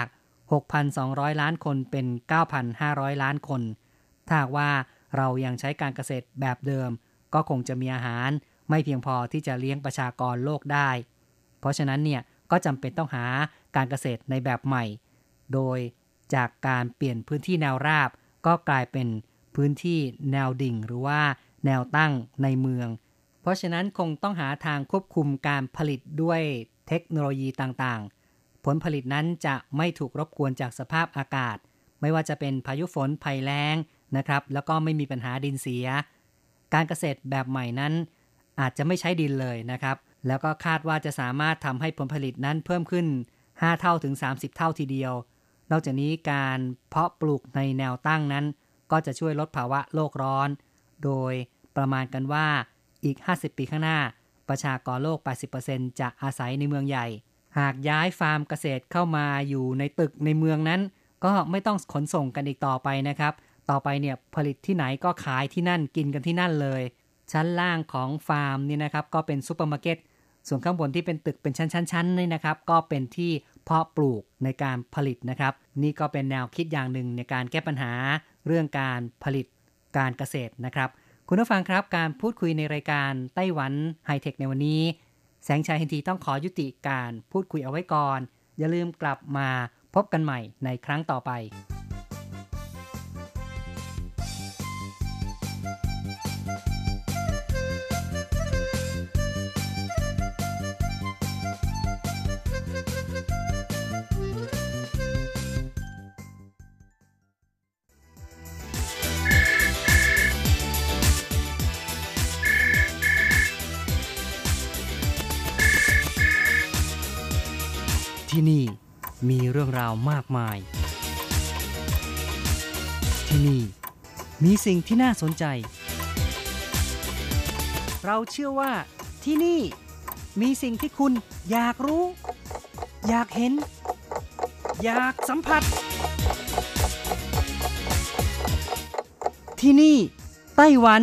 6,200 ล้านคนเป็น 9,500 ล้านคนถ้าว่าเรายังใช้การเกษตรแบบเดิมก็คงจะมีอาหารไม่เพียงพอที่จะเลี้ยงประชากรโลกได้เพราะฉะนั้นเนี่ยก็จำเป็นต้องหาการเกษตรในแบบใหม่โดยจากการเปลี่ยนพื้นที่แนวราบก็กลายเป็นพื้นที่แนวดิ่งหรือว่าแนวตั้งในเมืองเพราะฉะนั้นคงต้องหาทางควบคุมการผลิตด้วยเทคโนโลยีต่างๆผลผลิตนั้นจะไม่ถูกรบกวนจากสภาพอากาศไม่ว่าจะเป็นพายุฝนภัยแล้งนะครับแล้วก็ไม่มีปัญหาดินเสียการเกษตรแบบใหม่นั้นอาจจะไม่ใช้ดินเลยนะครับแล้วก็คาดว่าจะสามารถทำให้ผลผลิตนั้นเพิ่มขึ้น5เท่าถึง30เท่าทีเดียวนอกจากนี้การเพาะปลูกในแนวตั้งนั้นก็จะช่วยลดภาวะโลกร้อนโดยประมาณกันว่าอีก50ปีข้างหน้าประชากรโลก 80% จะอาศัยในเมืองใหญ่หากย้ายฟาร์มเกษตรเข้ามาอยู่ในตึกในเมืองนั้นก็ไม่ต้องขนส่งกันอีกต่อไปนะครับต่อไปเนี่ยผลิตที่ไหนก็ขายที่นั่นกินกันที่นั่นเลยชั้นล่างของฟาร์มนี่นะครับก็เป็นซุปเปอร์มาร์เก็ตส่วนข้างบนที่เป็นตึกเป็นชั้นๆนี่นะครับก็เป็นที่เพาะปลูกในการผลิตนะครับนี่ก็เป็นแนวคิดอย่างหนึ่งในการแก้ปัญหาเรื่องการผลิตการเกษตรนะครับคุณผู้ฟังครับการพูดคุยในรายการไต้หวันไฮเทคในวันนี้แสงชัยเฮนทีต้องขอยุติการพูดคุยเอาไว้ก่อนอย่าลืมกลับมาพบกันใหม่ในครั้งต่อไปที่นี่มีเรื่องราวมากมายที่นี่มีสิ่งที่น่าสนใจเราเชื่อว่าที่นี่มีสิ่งที่คุณอยากรู้อยากเห็นอยากสัมผัสที่นี่ไต้หวัน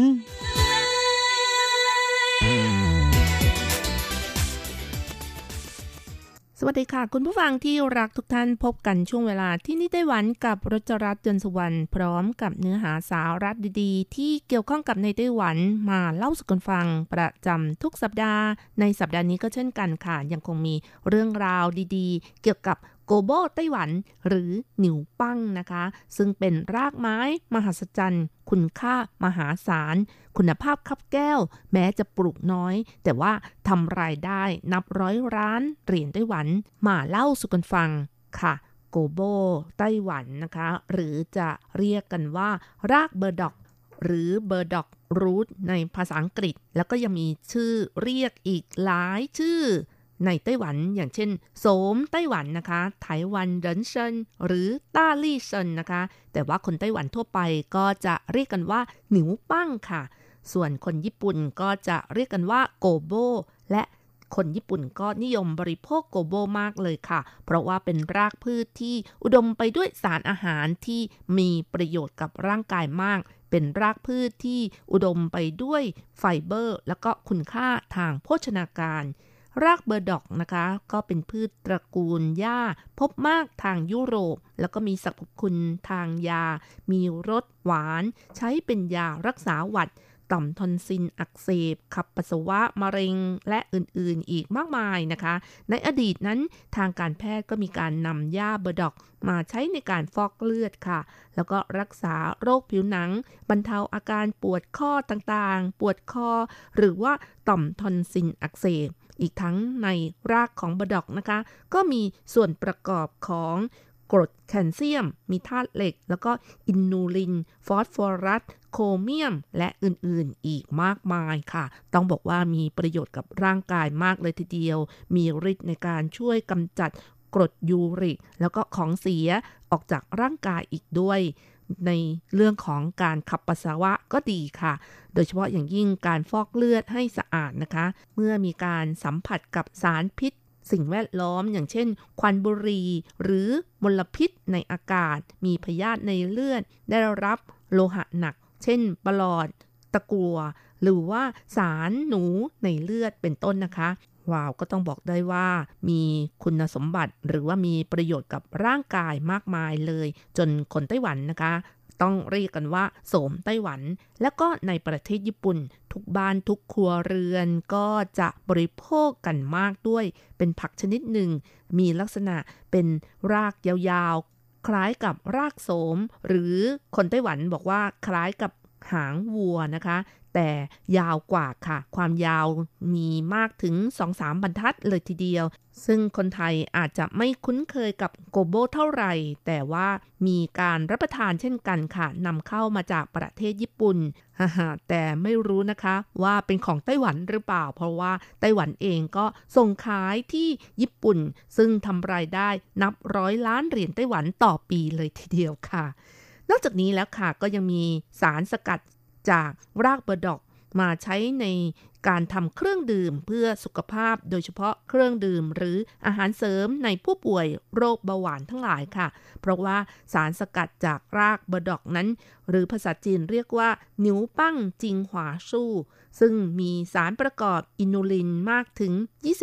สวัสดีค่ะคุณผู้ฟังที่รักทุกท่านพบกันช่วงเวลาที่นี่ไต้หวันกับรจรัส เดือนสุวรรณพร้อมกับเนื้อหาสาระดีๆที่เกี่ยวข้องกับในไต้หวันมาเล่าสู่กันฟังประจำทุกสัปดาห์ในสัปดาห์นี้ก็เช่นกันค่ะยังคงมีเรื่องราวดีๆเกี่ยวกับโกโบไต้หวันหรือหนิวปั้งนะคะซึ่งเป็นรากไม้มหัศจรรย์คุณค่ามหาศาลคุณภาพคับแก้วแม้จะปลูกน้อยแต่ว่าทำรายได้นับร้อยล้านเหรียญไต้หวันมาเล่าสู่กันฟังค่ะโกโบไต้หวันนะคะหรือจะเรียกกันว่ารากเบอร์ดอกหรือเบอร์ดอกรูทในภาษาอังกฤษแล้วก็ยังมีชื่อเรียกอีกหลายชื่อในไต้หวันอย่างเช่นโสมไต้หวันนะคะไต้หวันเหรินเซินหรือต้าลี่เซินนะคะแต่ว่าคนไต้หวันทั่วไปก็จะเรียกกันว่าหนิวปั้งค่ะส่วนคนญี่ปุ่นก็จะเรียกกันว่าโกโบและคนญี่ปุ่นก็นิยมบริโภคโกโบมากเลยค่ะเพราะว่าเป็นรากพืชที่อุดมไปด้วยสารอาหารที่มีประโยชน์กับร่างกายมากเป็นรากพืชที่อุดมไปด้วยไฟเบอร์แล้วก็คุณค่าทางโภชนาการรากเบอร์ดอกนะคะก็เป็นพืชตระกูลหญ้าพบมากทางยุโรปแล้วก็มีสรรพคุณทางยามีรสหวานใช้เป็นยารักษาหวัดต่อมทอนซิลอักเสบขับปัสสาวะมะเร็งและอื่นๆอีกมากมายนะคะในอดีตนั้นทางการแพทย์ก็มีการนำหญ้าเบอร์ดอกมาใช้ในการฟอกเลือดค่ะแล้วก็รักษาโรคผิวหนังบรรเทาอาการปวดข้อต่างๆปวดคอหรือว่าต่อมทอนซิลอักเสบอีกทั้งในรากของเบอร์ดอกนะคะก็มีส่วนประกอบของกรดแคลเซียมมีธาตุเหล็กแล้วก็อินูลินฟอสฟอรัสโครเมียมและอื่นๆอีกมากมายค่ะต้องบอกว่ามีประโยชน์กับร่างกายมากเลยทีเดียวมีฤทธิ์ในการช่วยกำจัดกรดยูริกแล้วก็ของเสียออกจากร่างกายอีกด้วยในเรื่องของการขับปัสสาวะก็ดีค่ะโดยเฉพาะอย่างยิ่งการฟอกเลือดให้สะอาดนะคะเมื่อมีการสัมผัสกับสารพิษสิ่งแวดล้อมอย่างเช่นควันบุหรี่หรือมลพิษในอากาศมีพยาธิในเลือดได้รับโลหะหนักเช่นปลอดตะกั่วหรือว่าสารหนูในเลือดเป็นต้นนะคะว้าวก็ต้องบอกได้ว่ามีคุณสมบัติหรือว่ามีประโยชน์กับร่างกายมากมายเลยจนคนไต้หวันนะคะต้องเรียกกันว่าโสมไต้หวันและก็ในประเทศญี่ปุ่นทุกบ้านทุกครัวเรือนก็จะบริโภคกันมากด้วยเป็นผักชนิดหนึ่งมีลักษณะเป็นรากยาวๆคล้ายกับรากโสมหรือคนไต้หวันบอกว่าคล้ายกับหางวัวนะคะแต่ยาวกว่าค่ะความยาวมีมากถึง 2-3 บรรทัดเลยทีเดียวซึ่งคนไทยอาจจะไม่คุ้นเคยกับโกโบเท่าไหร่แต่ว่ามีการรับประทานเช่นกันค่ะนำเข้ามาจากประเทศญี่ปุ่นแต่ไม่รู้นะคะว่าเป็นของไต้หวันหรือเปล่าเพราะว่าไต้หวันเองก็ส่งขายที่ญี่ปุ่นซึ่งทำรายได้นับร้อยล้านเหรียญไต้หวันต่อปีเลยทีเดียวค่ะนอกจากนี้แล้วค่ะก็ยังมีสารสกัดจากรากเบอร์ดอกมาใช้ในการทำเครื่องดื่มเพื่อสุขภาพโดยเฉพาะเครื่องดื่มหรืออาหารเสริมในผู้ป่วยโรคเบาหวานทั้งหลายค่ะเพราะว่าสารสกัดจากรากเบอร์ดอกนั้นหรือภาษาจีนเรียกว่าหนิวปั้งจิงหวาสู้ซึ่งมีสารประกอบอินูลินมากถึง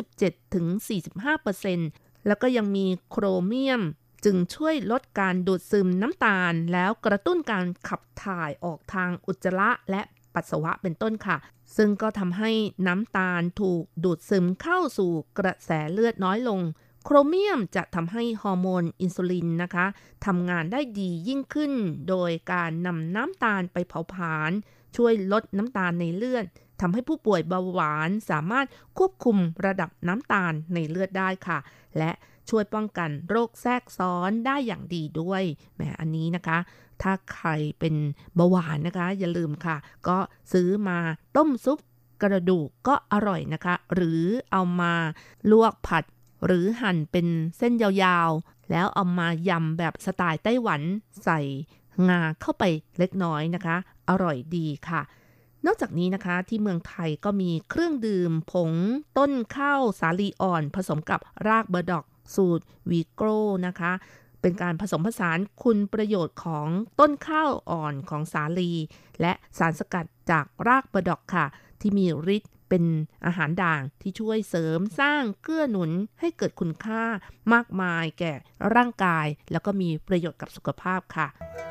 27-45% แล้วก็ยังมีโครเมียมจึงช่วยลดการดูดซึมน้ำตาลแล้วกระตุ้นการขับถ่ายออกทางอุจจาระและปัสสาวะเป็นต้นค่ะซึ่งก็ทำให้น้ำตาลถูกดูดซึมเข้าสู่กระแสเลือดน้อยลงโครเมียมจะทำให้ฮอร์โมนอินซูลินนะคะทำงานได้ดียิ่งขึ้นโดยการนำน้ำตาลไปเผาผลาญช่วยลดน้ำตาลในเลือดทำให้ผู้ป่วยเบาหวานสามารถควบคุมระดับน้ำตาลในเลือดได้ค่ะและช่วยป้องกันโรคแทรกซ้อนได้อย่างดีด้วยแหมอันนี้นะคะถ้าใครเป็นเบาหวานนะคะอย่าลืมค่ะก็ซื้อมาต้มซุปกระดูกก็อร่อยนะคะหรือเอามาลวกผัดหรือหั่นเป็นเส้นยาวๆแล้วเอามายำแบบสไตล์ไต้หวันใส่งาเข้าไปเล็กน้อยนะคะอร่อยดีค่ะนอกจากนี้นะคะที่เมืองไทยก็มีเครื่องดื่มผงต้นข้าวสาลีอ่อนผสมกับรากเบอร์ดอกสูตรวีโกรนะคะเป็นการผสมผสานคุณประโยชน์ของต้นข้าวอ่อนของสาลีและสารสกัดจากรากเบอร์ดอกค่ะที่มีฤทธิ์เป็นอาหารด่างที่ช่วยเสริมสร้างเกื้อหนุนให้เกิดคุณค่ามากมายแก่ร่างกายแล้วก็มีประโยชน์กับสุขภาพค่ะ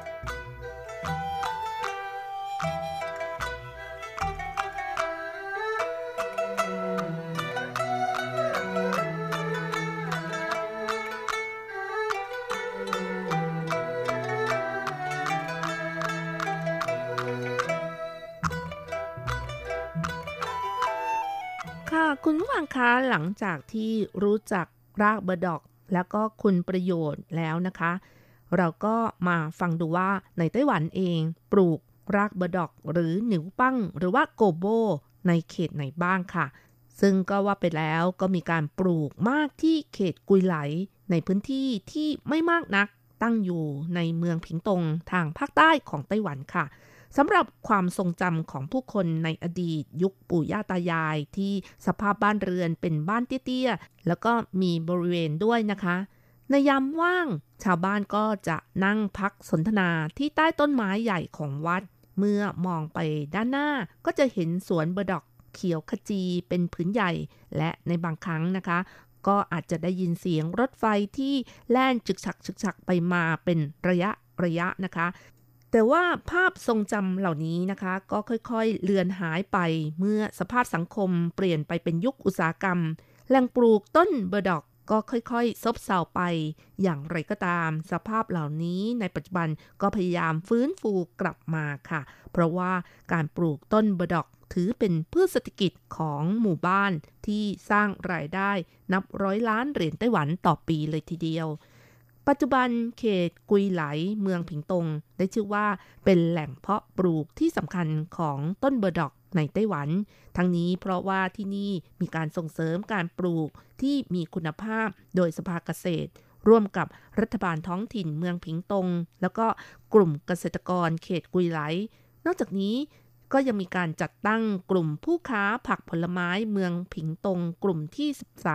คุณผู้ฟังคะหลังจากที่รู้จักรากเบอร์ดอกแล้วก็คุณประโยชน์แล้วนะคะเราก็มาฟังดูว่าในไต้หวันเองปลูกรากเบอร์ดอกหรือหนิวปั้งหรือว่าโกโบในเขตไหนบ้างค่ะซึ่งก็ว่าไปแล้วก็มีการปลูกมากที่เขตกุยไหลในพื้นที่ที่ไม่มากนักตั้งอยู่ในเมืองผิงตงทางภาคใต้ของไต้หวันค่ะสำหรับความทรงจำของผู้คนในอดีตยุคปู่ย่าตายายที่สภาพบ้านเรือนเป็นบ้านเตี้ยๆแล้วก็มีบริเวณด้วยนะคะในยามว่างชาวบ้านก็จะนั่งพักสนทนาที่ใต้ต้นไม้ใหญ่ของวัดเมื่อมองไปด้านหน้าก็จะเห็นสวนเบอร์ดอกเขียวขจีเป็นผืนใหญ่และในบางครั้งนะคะก็อาจจะได้ยินเสียงรถไฟที่แล่นจึกฉักไปมาเป็นระยะนะคะแต่ว่าภาพทรงจำเหล่านี้นะคะก็ค่อยๆเลือนหายไปเมื่อสภาพสังคมเปลี่ยนไปเป็นยุคอุตสาหกรรมแหล่งปลูกต้นเบอร์ดอกก็ค่อยๆซบเซาไปอย่างไรก็ตามสภาพเหล่านี้ในปัจจุบันก็พยายามฟื้นฟูกลับมาค่ะเพราะว่าการปลูกต้นเบอร์ดอกถือเป็นพืชเศรษฐกิจของหมู่บ้านที่สร้างรายได้นับร้อยล้านเหรียญไต้หวันต่อปีเลยทีเดียวปัจจุบันเขตกุยไหลเมืองผิงตงได้ชื่อว่าเป็นแหล่งเพาะปลูกที่สำคัญของต้นเบอร์ดอกในไต้หวันทั้งนี้เพราะว่าที่นี่มีการส่งเสริมการปลูกที่มีคุณภาพโดยสภาเกษตรร่วมกับรัฐบาลท้องถิ่นเมืองผิงตงแล้วก็กลุ่มเกษตรกรเขตกุยไหลนอกจากนี้ก็ยังมีการจัดตั้งกลุ่มผู้ค้าผักผลไม้เมืองผิงตงกลุ่มที่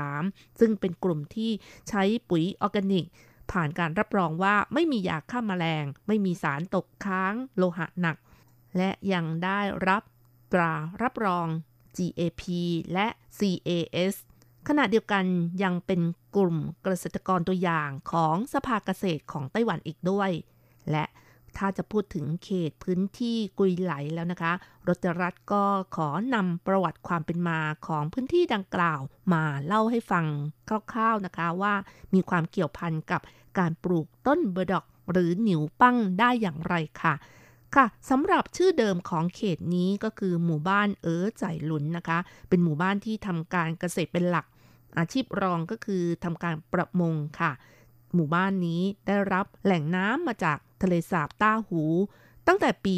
13ซึ่งเป็นกลุ่มที่ใช้ปุ๋ยออร์แกนิกผ่านการรับรองว่าไม่มียาฆ่าแมลงไม่มีสารตกค้างโลหะหนักและยังได้รับตรารับรอง GAP และ CAS ขณะเดียวกันยังเป็นกลุ่มเกษตรกรตัวอย่างของสภาเกษตรของไต้หวันอีกด้วยและถ้าจะพูดถึงเขตพื้นที่กุยไหลแล้วนะคะรจรัตน์ก็ขอนำประวัติความเป็นมาของพื้นที่ดังกล่าวมาเล่าให้ฟังคร่าวๆนะคะว่ามีความเกี่ยวพันกับการปลูกต้นเบอร์ดอกหรือหนิวปั้งได้อย่างไรค่ะสำหรับชื่อเดิมของเขตนี้ก็คือหมู่บ้านใจหลุนนะคะเป็นหมู่บ้านที่ทำการเกษตรเป็นหลักอาชีพรองก็คือทำการประมงค่ะหมู่บ้านนี้ได้รับแหล่งน้ำมาจากทะเลสาบต้าหูตั้งแต่ปี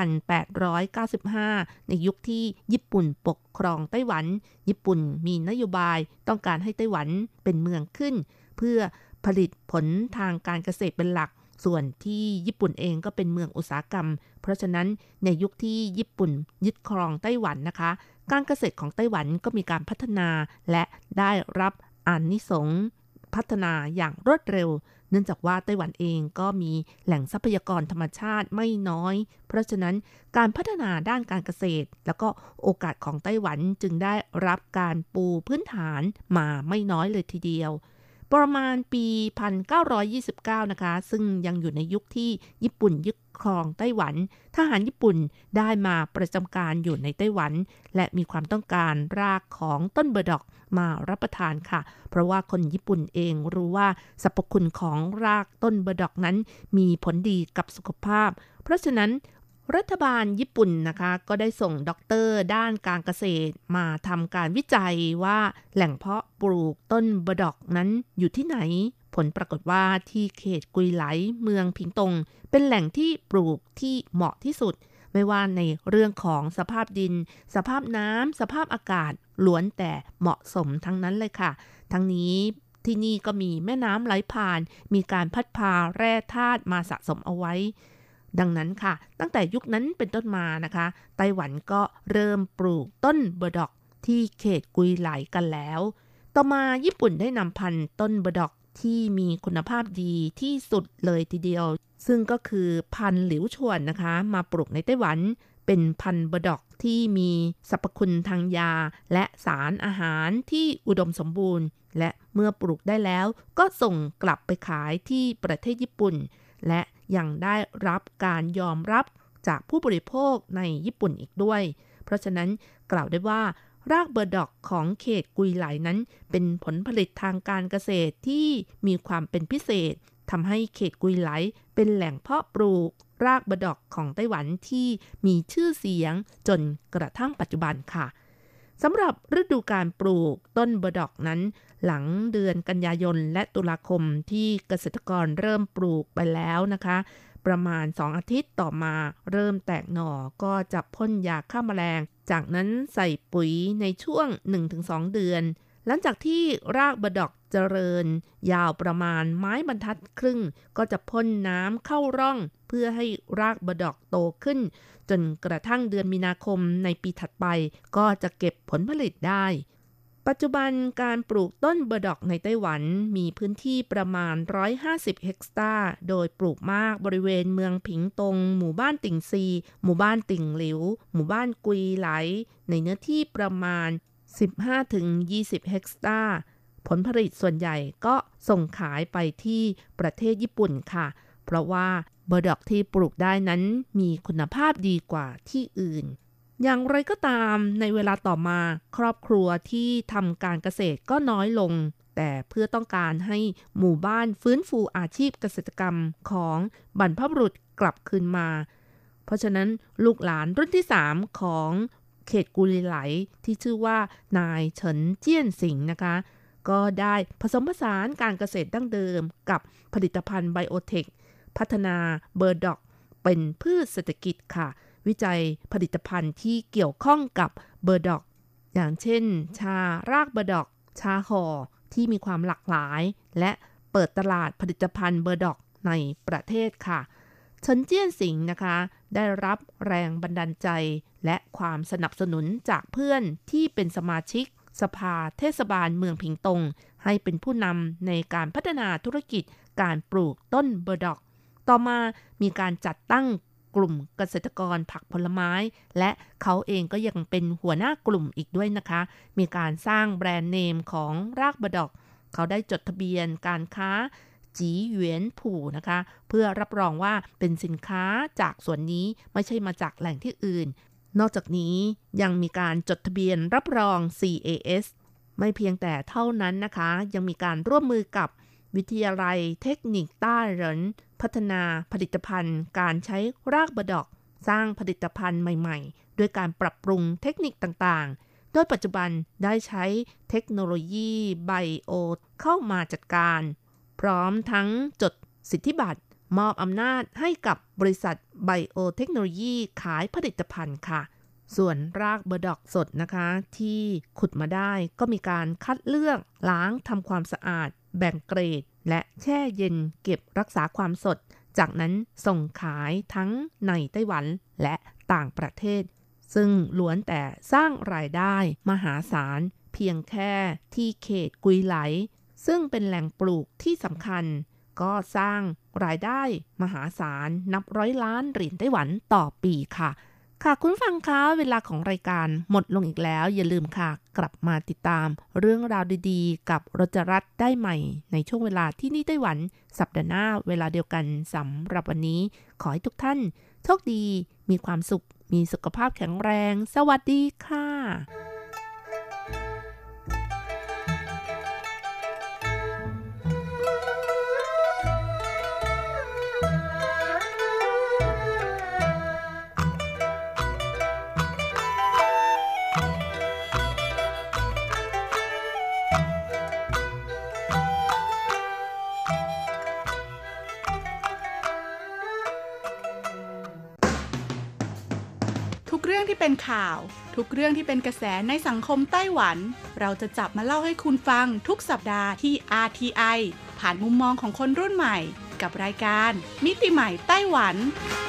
1895 ในยุคที่ญี่ปุ่นปกครองไต้หวันญี่ปุ่นมีนโยบายต้องการให้ไต้หวันเป็นเมืองขึ้นเพื่อผลิตผลทางการเกษตรเป็นหลักส่วนที่ญี่ปุ่นเองก็เป็นเมืองอุตสาหกรรมเพราะฉะนั้นในยุคที่ญี่ปุ่นยึดครองไต้หวันนะคะการเกษตรของไต้หวันก็มีการพัฒนาและได้รับอานิสงส์พัฒนาอย่างรวดเร็วเนื่องจากว่าไต้หวันเองก็มีแหล่งทรัพยากรธรรมชาติไม่น้อยเพราะฉะนั้นการพัฒนาด้านการเกษตรแล้วก็โอกาสของไต้หวันจึงได้รับการปูพื้นฐานมาไม่น้อยเลยทีเดียวประมาณปี 1929 นะคะซึ่งยังอยู่ในยุคที่ญี่ปุ่นยึดครองไต้หวันทหารญี่ปุ่นได้มาประจำการอยู่ในไต้หวันและมีความต้องการรากของต้นเบอร์ดอกมารับประทานค่ะเพราะว่าคนญี่ปุ่นเองรู้ว่าสรรพคุณของรากต้นเบอร์ดอกนั้นมีผลดีกับสุขภาพเพราะฉะนั้นรัฐบาลญี่ปุ่นนะคะก็ได้ส่งด็อกเตอร์ด้านการเกษตรมาทำการวิจัยว่าแหล่งเพาะปลูกต้นเบอร์ดอกนั้นอยู่ที่ไหนผลปรากฏว่าที่เขตกุยไหลเมืองผิงตงเป็นแหล่งที่ปลูกที่เหมาะที่สุดไม่ว่าในเรื่องของสภาพดินสภาพน้ำสภาพอากาศล้วนแต่เหมาะสมทั้งนั้นเลยค่ะทั้งนี้ที่นี่ก็มีแม่น้ำไหลผ่านมีการพัดพาแร่ธาตุมาสะสมเอาไว้ดังนั้นค่ะตั้งแต่ยุคนั้นเป็นต้นมานะคะไต้หวันก็เริ่มปลูกต้นเบอร์ดอกที่เขตกุยไหลกันแล้วต่อมาญี่ปุ่นได้นำพันธุ์ต้นเบอร์ดอกที่มีคุณภาพดีที่สุดเลยทีเดียวซึ่งก็คือพันธุ์หลิวชวนนะคะมาปลูกในไต้หวันเป็นพันธุ์เบอร์ดอกที่มีสรรพคุณทางยาและสารอาหารที่อุดมสมบูรณ์และเมื่อปลูกได้แล้วก็ส่งกลับไปขายที่ประเทศญี่ปุ่นและยังได้รับการยอมรับจากผู้บริโภคในญี่ปุ่นอีกด้วยเพราะฉะนั้นกล่าวได้ว่ารากเบอร์ดอกของเขตกุยไหลนั้นเป็นผลผลิตทางการเกษตรที่มีความเป็นพิเศษทำให้เขตกุยไหลเป็นแหล่งเพาะปลูกรากเบอร์ดอกของไต้หวันที่มีชื่อเสียงจนกระทั่งปัจจุบันค่ะสำหรับฤดูการปลูกต้นเบอร์ดอกนั้นหลังเดือนกันยายนและตุลาคมที่เกษตรกรเริ่มปลูกไปแล้วนะคะประมาณ2อาทิตย์ต่อมาเริ่มแตกหน่อก็จะพ่นยาฆ่าแมลงจากนั้นใส่ปุ๋ยในช่วง 1-2 เดือนหลังจากที่รากเบอร์ดอกเจริญยาวประมาณไม้บรรทัดครึ่งก็จะพ่นน้ำเข้าร่องเพื่อให้รากเบอร์ดอกโตขึ้นจนกระทั่งเดือนมีนาคมในปีถัดไปก็จะเก็บผลผลิตได้ปัจจุบันการปลูกต้นเบอร์ดอกในไต้หวันมีพื้นที่ประมาณ150เฮกตาร์โดยปลูกมากบริเวณเมืองผิงตงหมู่บ้านติ่งซีหมู่บ้านติ่งหลิวหมู่บ้านกุยไหลในเนื้อที่ประมาณ 15-20 เฮกตาร์ผลผลิตส่วนใหญ่ก็ส่งขายไปที่ประเทศญี่ปุ่นค่ะเพราะว่าเบอร์ดอกที่ปลูกได้นั้นมีคุณภาพดีกว่าที่อื่นอย่างไรก็ตามในเวลาต่อมาครอบครัวที่ทำการเกษตรก็น้อยลงแต่เพื่อต้องการให้หมู่บ้านฟื้นฟูอาชีพเกษตรกรรมของบรรพบุรุษกลับคืนมาเพราะฉะนั้นลูกหลานรุ่นที่3ของเขตกุยไหลที่ชื่อว่านายเฉินเจี้ยนสิงนะคะก็ได้ผสมผสานการเกษตรดั้งเดิมกับผลิตภัณฑ์ไบโอเทคพัฒนาเบอร์ดอกเป็นพืชเศรษฐกิจค่ะวิจัยผลิตภัณฑ์ที่เกี่ยวข้องกับเบอร์ดอกอย่างเช่นชารากเบอร์ดอกชาห่อที่มีความหลากหลายและเปิดตลาดผลิตภัณฑ์เบอร์ดอกในประเทศค่ะเฉินเจี้ยนสิงนะคะได้รับแรงบันดาลใจและความสนับสนุนจากเพื่อนที่เป็นสมาชิกสภาเทศบาลเมืองผิงตงให้เป็นผู้นำในการพัฒนาธุรกิจการปลูกต้นเบอร์ดอกต่อมามีการจัดตั้งกลุ่มเกษตรกรผักผลไม้และเขาเองก็ยังเป็นหัวหน้ากลุ่มอีกด้วยนะคะมีการสร้างแบรนด์เนมของรากเบอร์ดอกเขาได้จดทะเบียนการค้าจีเหวียนผู่นะคะเพื่อรับรองว่าเป็นสินค้าจากส่วนนี้ไม่ใช่มาจากแหล่งที่อื่นนอกจากนี้ยังมีการจดทะเบียนรับรอง CAS ไม่เพียงแต่เท่านั้นนะคะยังมีการร่วมมือกับวิทยาลัยเทคนิคต้าเหรินพัฒนาผลิตภัณฑ์การใช้รากเบอร์ดอกสร้างผลิตภัณฑ์ใหม่ๆด้วยการปรับปรุงเทคนิคต่างๆโดยปัจจุบันได้ใช้เทคโนโลยีไบโอเข้ามาจัดการพร้อมทั้งจดสิทธิบัตรมอบอำนาจให้กับบริษัทไบโอเทคโนโลยีขายผลิตภัณฑ์ค่ะส่วนรากเบอร์ดอกสดนะคะที่ขุดมาได้ก็มีการคัดเลือกล้างทำความสะอาดแบ่งเกรดและแช่เย็นเก็บรักษาความสดจากนั้นส่งขายทั้งในไต้หวันและต่างประเทศซึ่งล้วนแต่สร้างรายได้มหาศาลเพียงแค่ที่เขตกุยไหลซึ่งเป็นแหล่งปลูกที่สำคัญก็สร้างรายได้มหาศาลนับ100 ล้านเหรียญไต้หวันต่อปีค่ะคุณฟังคะเวลาของรายการหมดลงอีกแล้วอย่าลืมค่ะกลับมาติดตามเรื่องราวดีๆกับรจรัสได้ใหม่ในช่วงเวลาที่นี่ไต้หวันสัปดาห์หน้าเวลาเดียวกันสำหรับวันนี้ขอให้ทุกท่านโชคดีมีความสุขมีสุขภาพแข็งแรงสวัสดีค่ะเรื่องที่เป็นเป็นข่าวทุกเรื่องที่เป็นกระแสในสังคมไต้หวันเราจะจับมาเล่าให้คุณฟังทุกสัปดาห์ที่ RTI ผ่านมุมมองของคนรุ่นใหม่กับรายการมิติใหม่ไต้หวัน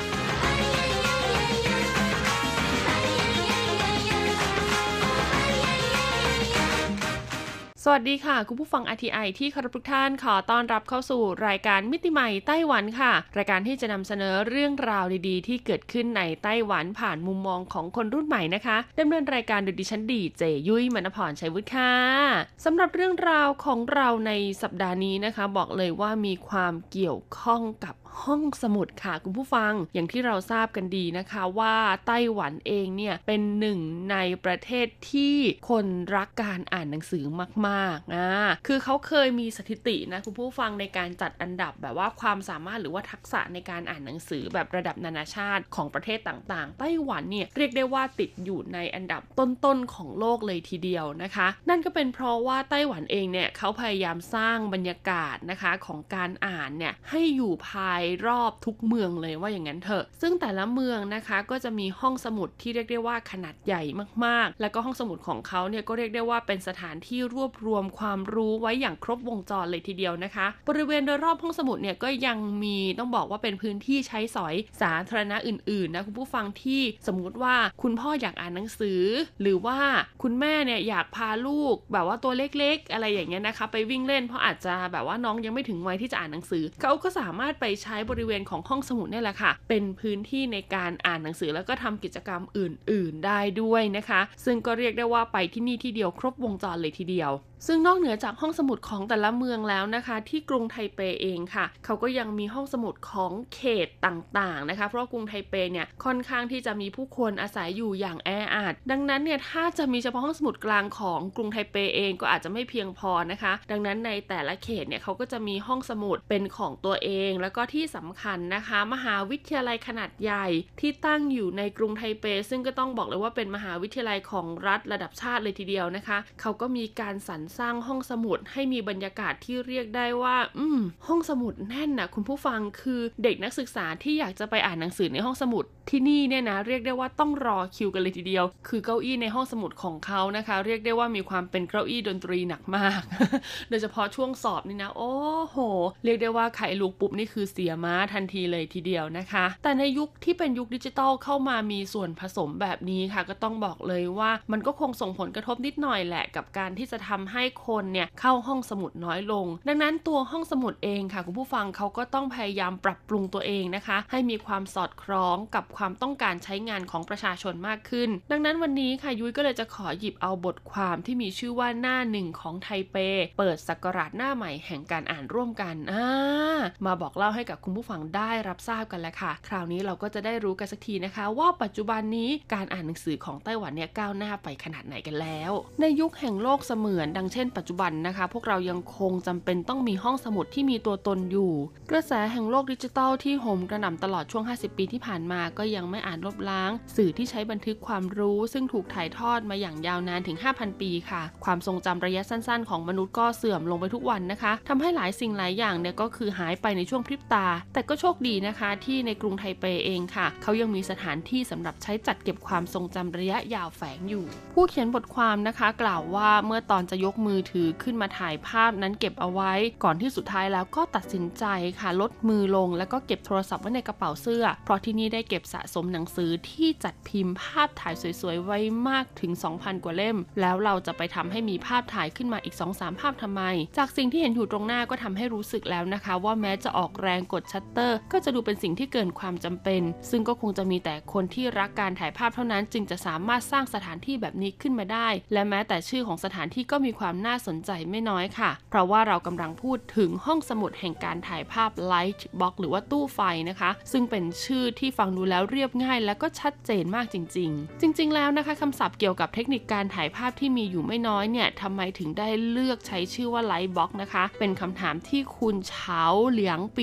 สวัสดีค่ะคุณผู้ฟัง RTI ที่เคารพทุกท่านขอต้อนรับเข้าสู่รายการมิติใหม่ไต้หวันค่ะรายการที่จะนำเสนอเรื่องราวดีๆที่เกิดขึ้นในไต้หวันผ่านมุมมองของคนรุ่นใหม่นะคะดำเนินรายการโดยดิฉันดีเจยุ้ยมณพรชัยวุฒิค่ะสำหรับเรื่องราวของเราในสัปดาห์นี้นะคะบอกเลยว่ามีความเกี่ยวข้องกับห้องสมุดค่ะคุณผู้ฟังอย่างที่เราทราบกันดีนะคะว่าไต้หวันเองเนี่ยเป็นหนึ่งในประเทศที่คนรักการอ่านหนังสือมากๆคือเขาเคยมีสถิตินะคุณผู้ฟังในการจัดอันดับแบบว่าความสามารถหรือว่าทักษะในการอ่านหนังสือแบบระดับนานาชาติของประเทศต่างๆไต้หวันเนี่ยเรียกได้ว่าติดอยู่ในอันดับต้นๆของโลกเลยทีเดียวนะคะนั่นก็เป็นเพราะว่าไต้หวันเองเนี่ยเขาพยายามสร้างบรรยากาศนะคะของการอ่านเนี่ยให้อยู่ภายรอบทุกเมืองเลยว่าอย่างนั้นเถอะซึ่งแต่ละเมืองนะคะก็จะมีห้องสมุดที่เรียกได้ว่าขนาดใหญ่มากๆแล้วก็ห้องสมุดของเขาเนี่ยก็เรียกได้ว่าเป็นสถานที่รวบรวมความรู้ไว้อย่างครบวงจรเลยทีเดียวนะคะบริเวณโดยรอบห้องสมุดเนี่ยก็ยังมีต้องบอกว่าเป็นพื้นที่ใช้สอยสาธารณะอื่นๆนะคุณผู้ฟังที่สมมุติว่าคุณพ่ออยากอ่านหนังสือหรือว่าคุณแม่เนี่ยอยากพาลูกแบบว่าตัวเล็กๆอะไรอย่างเงี้ยนะคะไปวิ่งเล่นเพราะอาจจะแบบว่าน้องยังไม่ถึงวัยที่จะอ่านหนังสือเขาก็สามารถไปใช้บริเวณของห้องสมุดนี่แหละค่ะเป็นพื้นที่ในการอ่านหนังสือแล้วก็ทำกิจกรรมอื่นๆได้ด้วยนะคะซึ่งก็เรียกได้ว่าไปที่นี่ที่เดียวครบวงจรเลยทีเดียวซึ่งนอกเหนือจากห้องสมุดของแต่ละเมืองแล้วนะคะที่กรุงไทเปเองค่ะเขาก็ยังมีห้องสมุดของเขตต่างๆนะคะเพราะกรุงไทเปเนี่ยค่อนข้างที่จะมีผู้คนอาศัยอยู่อย่างแออัดดังนั้นเนี่ยถ้าจะมีเฉพาะห้องสมุดกลางของกรุงไทเปเองก็อาจจะไม่เพียงพอนะคะดังนั้นในแต่ละเขตเนี่ยเขาก็จะมีห้องสมุดเป็นของตัวเองแล้วก็ที่สำคัญนะคะมหาวิทยาลัยขนาดใหญ่ที่ตั้งอยู่ในกรุงไทเปซึ่งก็ต้องบอกเลยว่าเป็นมหาวิทยาลัยของรัฐระดับชาติเลยทีเดียวนะคะเขาก็มีการสรรสร้างห้องสมุดให้มีบรรยากาศที่เรียกได้ว่าห้องสมุดแน่นนะคุณผู้ฟังคือเด็กนักศึกษาที่อยากจะไปอ่านหนังสือในห้องสมุดที่นี่เนี่ยนะเรียกได้ว่าต้องรอคิวกันเลยทีเดียวคือเก้าอี้ในห้องสมุดของเขานะคะเรียกได้ว่ามีความเป็นเก้าอี้ดนตรีหนักมาก โดยเฉพาะช่วงสอบนี่นะโอ้โหเรียกได้ว่าใครลุกปุ๊บนี่คือเสียม้าทันทีเลยทีเดียวนะคะแต่ในยุคที่เป็นยุคดิจิทัลเข้ามามีส่วนผสมแบบนี้ค่ะก็ต้องบอกเลยว่ามันก็คงส่งผลกระทบนิดหน่อยแหละกับการที่จะทำให้คนเนี่ยเข้าห้องสมุดน้อยลงดังนั้นตัวห้องสมุดเองค่ะคุณผู้ฟังเขาก็ต้องพยายามปรับปรุงตัวเองนะคะให้มีความสอดคล้องกับความต้องการใช้งานของประชาชนมากขึ้นดังนั้นวันนี้ค่ะยุ้ยก็เลยจะขอหยิบเอาบทความที่มีชื่อว่าหน้าหนึ่งของไทเปเปิดศักราชหน้าใหม่แห่งการอ่านร่วมกันมาบอกเล่าให้กับคุณผู้ฟังได้รับทราบกันแล้วค่ะคราวนี้เราก็จะได้รู้กันสักทีนะคะว่าปัจจุบันนี้การอ่านหนังสือของไต้หวันเนี่ยก้าวหน้าไปขนาดไหนกันแล้วในยุคแห่งโลกเสมือนดังเช่นปัจจุบันนะคะพวกเรายังคงจำเป็นต้องมีห้องสมุดที่มีตัวตนอยู่กระแสแห่งโลกดิจิทัลที่โหมกระหน่ำตลอดช่วง50 ปีที่ผ่านมาก็ยังไม่อาจลบล้างสื่อที่ใช้บันทึกความรู้ซึ่งถูกถ่ายทอดมาอย่างยาวนานถึง 5,000 ปีค่ะความทรงจำระยะสั้นๆของมนุษย์ก็เสื่อมลงไปทุกวันนะคะทำให้หลายสิ่งหลายอย่างเนี่ยก็คือหายไปในช่วงพริบตาแต่ก็โชคดีนะคะที่ในกรุงไทเปเองค่ะเขายังมีสถานที่สำหรับใช้จัดเก็บความทรงจำระยะยาวแฝงอยู่ผู้เขียนบทความนะคะกล่าวว่าเมื่อตอนจะยกมือถือขึ้นมาถ่ายภาพนั้นเก็บเอาไว้ก่อนที่สุดท้ายแล้วก็ตัดสินใจค่ะลดมือลงแล้วก็เก็บโทรศัพท์ไว้ในกระเป๋าเสื้อเพราะที่นี่ได้เก็บสะสมหนังสือที่จัดพิมพ์ภาพถ่ายสวยๆไว้มากถึง 2,000 กว่าเล่มแล้วเราจะไปทำให้มีภาพถ่ายขึ้นมาอีก 2-3 ภาพทำไมจากสิ่งที่เห็นอยู่ตรงหน้าก็ทำให้รู้สึกแล้วนะคะว่าแม้จะออกแรงกดชัตเตอร์ก็จะดูเป็นสิ่งที่เกินความจำเป็นซึ่งก็คงจะมีแต่คนที่รักการถ่ายภาพเท่านั้นจึงจะสามารถสร้างสถานที่แบบนี้ขึ้นมาได้และแม้แต่ชื่อของสถานที่ก็มีความน่าสนใจไม่น้อยค่ะเพราะว่าเรากำลังพูดถึงห้องสมุดแห่งการถ่ายภาพ Light Box หรือว่าตู้ไฟนะคะซึ่งเป็นชื่อที่ฟังดูแล้วเรียบง่ายและก็ชัดเจนมากจริงๆแล้วนะคะคำศัพท์เกี่ยวกับเทคนิคการถ่ายภาพที่มีอยู่ไม่น้อยเนี่ยทำไมถึงได้เลือกใช้ชื่อว่า Light Box นะคะเป็นคำถามที่คุณเฉาเหลียงปิงค่ะ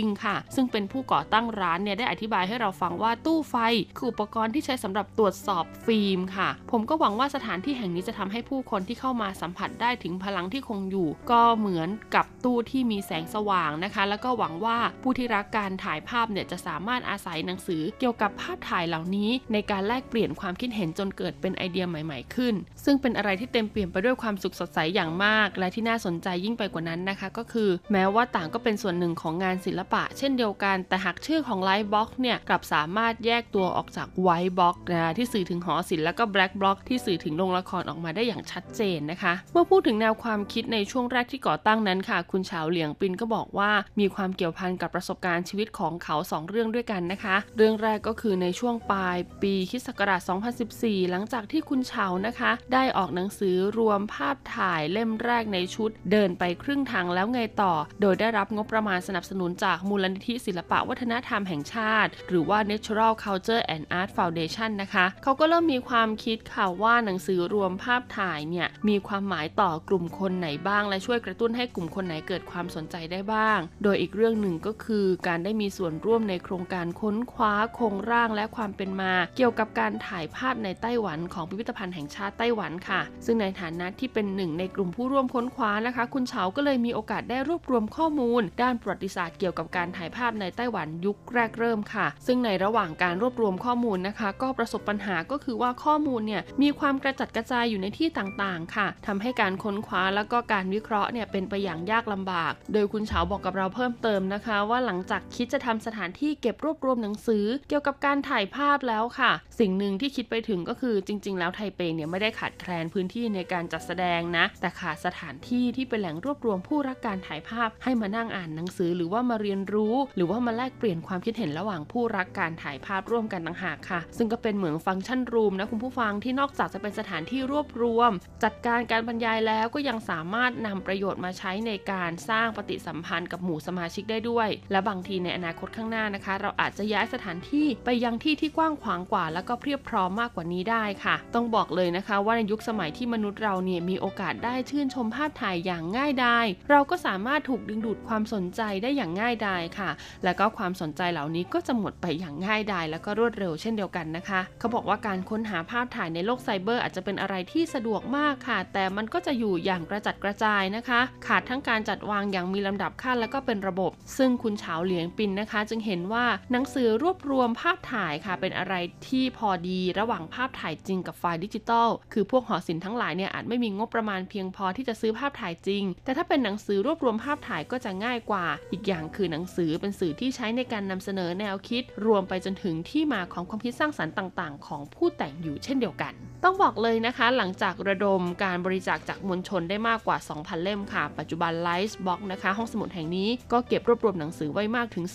ซึ่งเป็นผู้ก่อตั้งร้านเนี่ยได้อธิบายให้เราฟังว่าตู้ไฟคืออุปกรณ์ที่ใช้สำหรับตรวจสอบฟิล์มค่ะผมก็หวังว่าสถานที่แห่งนี้จะทำให้ผู้คนที่เข้ามาสัมผัสได้ถึงพลังที่คงอยู่ก็เหมือนกับตู้ที่มีแสงสว่างนะคะแล้วก็หวังว่าผู้ที่รักการถ่ายภาพเนี่ยจะสามารถอาศัยหนังสือเกี่ยวกับภาพถ่ายเหล่านี้ในการแลกเปลี่ยนความคิดเห็นจนเกิดเป็นไอเดียใหม่ๆขึ้นซึ่งเป็นอะไรที่เต็มเปี่ยมไปด้วยความสุขสดใสอย่างมากและที่น่าสนใจยิ่งไปกว่านั้นนะคะก็คือแม้ว่าต่างก็เป็นส่วนหนึ่งของงานศิลปะเช่นเดียวกันแต่หากชื่อของ Light Box เนี่ยกลับสามารถแยกตัวออกจาก White Box ที่สื่อถึงหอศิลป์แล้วก็ Black Box ที่สื่อถึงโรงละครออกมาได้อย่างชัดเจนนะคะเมื่อพูดถึงแนวความคิดในช่วงแรกที่ก่อตั้งนั้นค่ะคุณเฉาเหลียงปินก็บอกว่ามีความเกี่ยวพันกับประสบการณ์ชีวิตของเขา2เรื่องด้วยกันนะคะเรื่องแรกก็คือในช่วงปลายปีค.ศ. 2014หลังจากที่คุณเฉานะคะได้ออกหนังสือรวมภาพถ่ายเล่มแรกในชุดเดินไปครึ่งทางแล้วไงต่อโดยได้รับงบประมาณสนับสนุนจากมูลนิธิศิลปะวัฒนธรรมแห่งชาติหรือว่า Natural Culture and Art Foundation นะคะเขาก็เริ่มมีความคิดค่ะว่าหนังสือรวมภาพถ่ายเนี่ยมีความหมายต่อกลุ่มคนไหนบ้างและช่วยกระตุ้นให้กลุ่มคนไหนเกิดความสนใจได้บ้างโดยอีกเรื่องหนึ่งก็คือการได้มีส่วนร่วมในโครงการค้นคว้าโครงร่างและความเป็นมาเกี่ยวกับการถ่ายภาพในไต้หวันของพิพิธภัณฑ์แห่งชาติไต้หวันค่ะซึ่งในฐานะที่เป็นหนึ่งในกลุ่มผู้ร่วมค้นคว้านะคะคุณเฉาก็เลยมีโอกาสได้รวบรวมข้อมูลด้านประวัติศาสตร์เกี่ยวกับการถ่ายภาพในไต้หวันยุคแรกเริ่มค่ะซึ่งในระหว่างการรวบรวมข้อมูลนะคะก็ประสบปัญหาก็คือว่าข้อมูลเนี่ยมีความกระจัดกระจายอยู่ในที่ต่างๆค่ะทำให้การค้นคว้าแล้วก็การวิเคราะห์เนี่ยเป็นไปอย่างยากลำบากโดยคุณเฉาบอกกับเราเพิ่มเติมนะคะว่าหลังจากคิดจะทำสถานที่เก็บรวบรวมหนังสือเกี่ยวกับการถ่ายภาพแล้วค่ะสิ่งหนึ่งที่คิดไปถึงก็คือจริงๆแล้วไทเปเนี่ยไม่ได้ขาดแคลนพื้นที่ในการจัดแสดงนะแต่ขาดสถานที่ที่เป็นแหล่งรวบรวมผู้รักการถ่ายภาพให้มานั่งอ่านหนังสือหรือว่ามาเรียนรู้หรือว่ามาแลกเปลี่ยนความคิดเห็นระหว่างผู้รักการถ่ายภาพร่วมกันต่างหากค่ะซึ่งก็เป็นเหมือนฟังก์ชันรูมนะคุณผู้ฟังที่นอกจากจะเป็นสถานที่รวบรวมจัดการการบรรยายแล้วก็ยังสามารถนำประโยชน์มาใช้ในการสร้างปฏิสัมพันธ์กับหมู่สมาชิกได้ด้วยและบางทีในอนาคตข้างหน้านะคะเราอาจจะย้ายสถานที่ไปยังที่ที่กว้างขวางกว่าแล้วก็เพียบพร้อมมากกว่านี้ได้ค่ะต้องบอกเลยนะคะว่าในยุคสมัยที่มนุษย์เราเนี่ยมีโอกาสได้ชื่นชมภาพถ่ายอย่างง่ายดายเราก็สามารถถูกดึงดูดความสนใจได้อย่างง่ายดายค่ะและก็ความสนใจเหล่านี้ก็จะหมดไปอย่างง่ายดายแล้วก็รวดเร็วเช่นเดียวกันนะคะเขาบอกว่าการค้นหาภาพถ่ายในโลกไซเบอร์อาจจะเป็นอะไรที่สะดวกมากค่ะแต่มันก็จะอยู่อย่างกระจัดกระจายนะคะขาดทั้งการจัดวางอย่างมีลำดับขั้นแล้วก็เป็นระบบซึ่งคุณเฉาเหลียงปินนะคะจึงเห็นว่าหนังสือรวบรวมภาพถ่ายค่ะเป็นอะไรที่พอดีระหว่างภาพถ่ายจริงกับไฟล์ดิจิตอลคือพวกหอศิลป์ทั้งหลายเนี่ยอาจไม่มีงบประมาณเพียงพอที่จะซื้อภาพถ่ายจริงแต่ถ้าเป็นหนังสือรวบรวมภาพถ่ายก็จะง่ายกว่าอีกอย่างคือหนังสือเป็นสื่อที่ใช้ในการนำเสนอแนวคิดรวมไปจนถึงที่มาของความคิดสร้างสรรค์ต่างๆของผู้แต่งอยู่เช่นเดียวกันต้องบอกเลยนะคะหลังจากระดมการบริจาคจากมวลชนได้มากกว่า 2,000 เล่มค่ะปัจจุบัน Light Box นะคะห้องสมุดแห่งนี้ก็เก็บรวบรวมหนังสือไว้มากถึง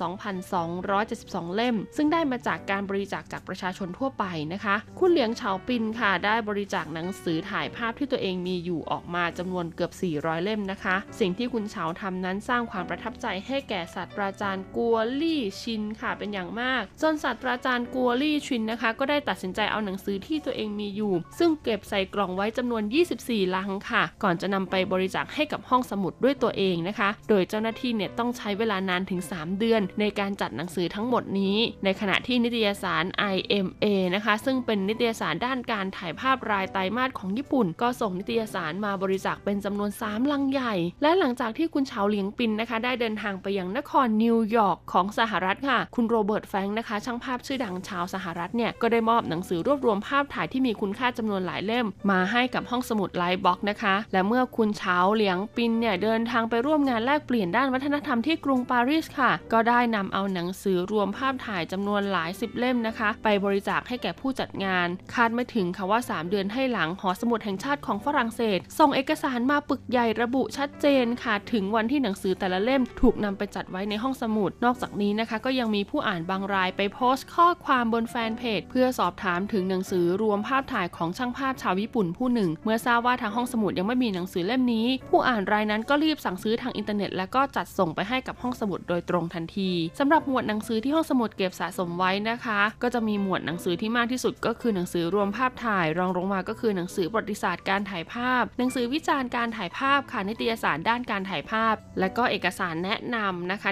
2,272 เล่มซึ่งได้มาจากการบริจาคจากประชาชนทั่วไปนะคะคุณเหลียงเฉาปินค่ะได้บริจาคหนังสือถ่ายภาพที่ตัวเองมีอยู่ออกมาจำนวนเกือบ400เล่มนะคะสิ่งที่คุณเฉาทำนั้นสร้างความประทับใจให้แก่ศาสตราจารย์กัวลี่ชินค่ะเป็นอย่างมากจนศาสตราจารย์กัวลี่ชินนะคะก็ได้ตัดสินใจเอาหนังสือที่ตัวเองมีอยู่ซึ่งเก็บใส่กล่องไว้จำนวน24ลังค่ะก่อนจะนำไปบริจาคให้กับห้องสมุดด้วยตัวเองนะคะโดยเจ้าหน้าที่เนี่ยต้องใช้เวลานานถึง3เดือนในการจัดหนังสือทั้งหมดนี้ในขณะที่นิตยสาร IMA นะคะซึ่งเป็นนิตยสารด้านการถ่ายภาพรายไตรมาสของญี่ปุ่นก็ส่งนิตยสารมาบริจาคเป็นจำนวน3ลังใหญ่และหลังจากที่คุณเฉาเหลียงปินนะคะได้เดินทางไปยังนครนิวยอร์กของสหรัฐค่ะคุณโรเบิร์ตแฟรงค์นะคะช่างภาพชื่อดังชาวสหรัฐเนี่ยก็ได้มอบหนังสือรวบรวมภาพถ่ายที่มีคุณค่าจำนวนหลายเล่มมาให้กับห้องสมุด Light Box นะคะและเมื่อคุณเฉาเหลียงปินเนี่ยเดินทางไปร่วมงานแลกเปลี่ยนด้านวัฒนธรรมที่กรุงปารีสค่ะก็ได้นำเอาหนังสือรวมภาพถ่ายจำนวนหลาย10เล่มนะคะไปบริจาคให้แก่ผู้จัดงานคาดไม่ถึงค่ะว่า3เดือนให้หลังหอสมุดแห่งชาติของฝรั่งเศสส่งเอกสารมาปึกใหญ่ระบุชัดเจนค่ะถึงวันที่หนังสือแต่ละเล่มถูกนำไปจัดไว้ในห้องสมุดนอกจากนี้นะคะก็ยังมีผู้อ่านบางรายไปโพสต์ข้อความบนแฟนเพจเพื่อสอบถามถึงหนังสือรวมภาพถ่ายของช่างภาพชาวญี่ปุ่นผู้หนึ่งเมื่อทราบว่าทางห้องสมุดยังไม่มีหนังสือเล่มนี้ผู้อ่านรายนั้นก็รีบสั่งซื้อทางอินเทอร์เน็ตและก็จัดส่งไปให้กับห้องสมุดโดยตรงทันทีสำหรับหมวดหนังสือที่ห้องสมุดเก็บสะสมไว้นะคะก็จะมีหมวดหนังสือที่มากที่สุดก็คือหนังสือรวมภาพถ่ายรองลงมาก็คือหนังสือประวัติศาสตร์การถ่ายภาพหนังสือวิจารณ์การถ่ายภาพค่ะนิตยสารด้านการถ่ายภาพและก็เอกสารแนะนำนะคะนิทรรศก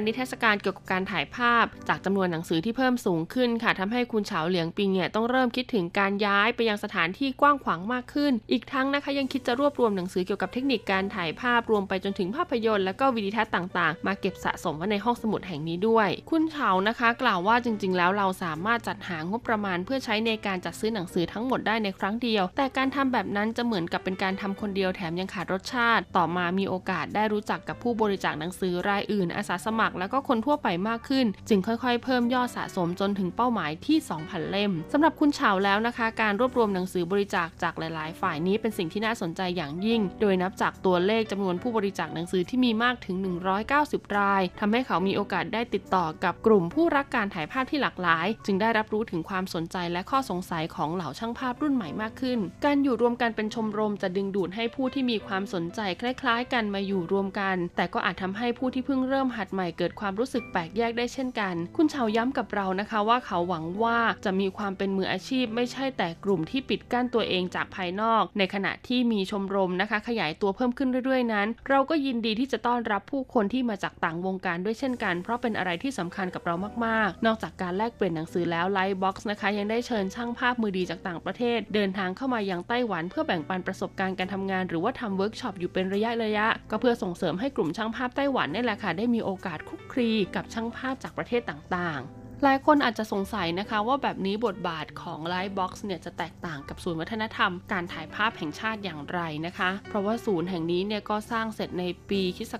การณ์เกี่ยวกับการถ่ายภาพจากจำนวนหนังสือที่เพิ่มสูงขึ้นค่ะทำให้คุณเฉาเหลียงปิงเนี่ยต้องเริ่มคิดถึงการย้ายไปยังสถานที่กว้างขวางมากขึ้นอีกทั้งนะคะยังคิดจะรวบรวมหนังสือเกี่ยวกับเทคนิคการถ่ายภาพรวมไปจนถึงภาพยนตร์และก็วิดีทัศน์ต่างๆมาเก็บสะสมไว้ในห้องสมุดแห่งนี้ด้วยคุณเฉานะคะกล่าวว่าจริงๆแล้วเราสามารถจัดหางบประมาณเพื่อใช้ในการจัดซื้อหนังสือทั้งหมดได้ในครั้งเดียวแต่การทำแบบนั้นจะเหมือนกับเป็นการทำคนเดียวแถมยังขาดรสชาติต่อมามีโอกาสได้รู้จักกับผู้บริจาคหนังสือรายอื่นอาสาสมัครแล้วก็คนทั่วไปมากขึ้นจึงค่อยๆเพิ่มยอดสะสมจนถึงเป้าหมายที่ 2,000 เล่มสำหรับคุณเฉาแล้วนะคะการรวบรวมหนังสือบริจาคจากหลายๆฝ่ายนี้เป็นสิ่งที่น่าสนใจอย่างยิ่งโดยนับจากตัวเลขจำนวนผู้บริจาคหนังสือที่มีมากถึง190รายทำให้เขามีโอกาสได้ติดต่อกับกลุ่มผู้รักการถ่ายภาพที่หลากหลายจึงได้รับรู้ถึงความสนใจและข้อสงสัยของเหล่าช่างภาพรุ่นใหม่มากขึ้นการอยู่รวมกันเป็นชมรมจะดึงดูดให้ผู้ที่มีความสนใจคล้ายๆกันมาอยู่รวมกันแต่ก็อาจทำให้ผู้ที่เพิ่งเริ่มหัดใหม่เกิดความรู้สึกแปลกแยกได้เช่นกันคุณเฉาย้ำกับเรานะคะว่าเขาหวังว่าจะมีความเป็นมืออาชีพไม่ใช่แต่กลุ่มที่ปิดกั้นตัวเองจากภายนอกในขณะที่มีชมรมนะคะขยายตัวเพิ่มขึ้นเรื่อยๆนั้นเราก็ยินดีที่จะต้อนรับผู้คนที่มาจากต่างวงการด้วยเช่นกันเพราะเป็นอะไรที่สำคัญกับเรามากๆนอกจากการแลกเปลี่ยนหนังสือแล้ว Lightbox นะคะยังได้เชิญช่างภาพมือดีจากต่างประเทศเดินทางเข้ามายังไต้หวันเพื่อแบ่งปันประสบการณ์การทำงานหรือว่าทำเวิร์กช็อปอยู่เป็นระยะก็เพื่อส่งเสริมให้กลุ่มช่างภาพไต้หวันนี่แหละค่ะได้มีโอกาสคลุกคลีกับช่างภาพจากประเทศต่างๆหลายคนอาจจะสงสัยนะคะว่าแบบนี้บทบาทของ Lightbox เนี่ยจะแตกต่างกับศูนย์วัฒนธรรมการถ่ายภาพแห่งชาติอย่างไรนะคะเพราะว่าศูนย์แห่งนี้เนี่ยก็สร้างเสร็จในปีค.ศ.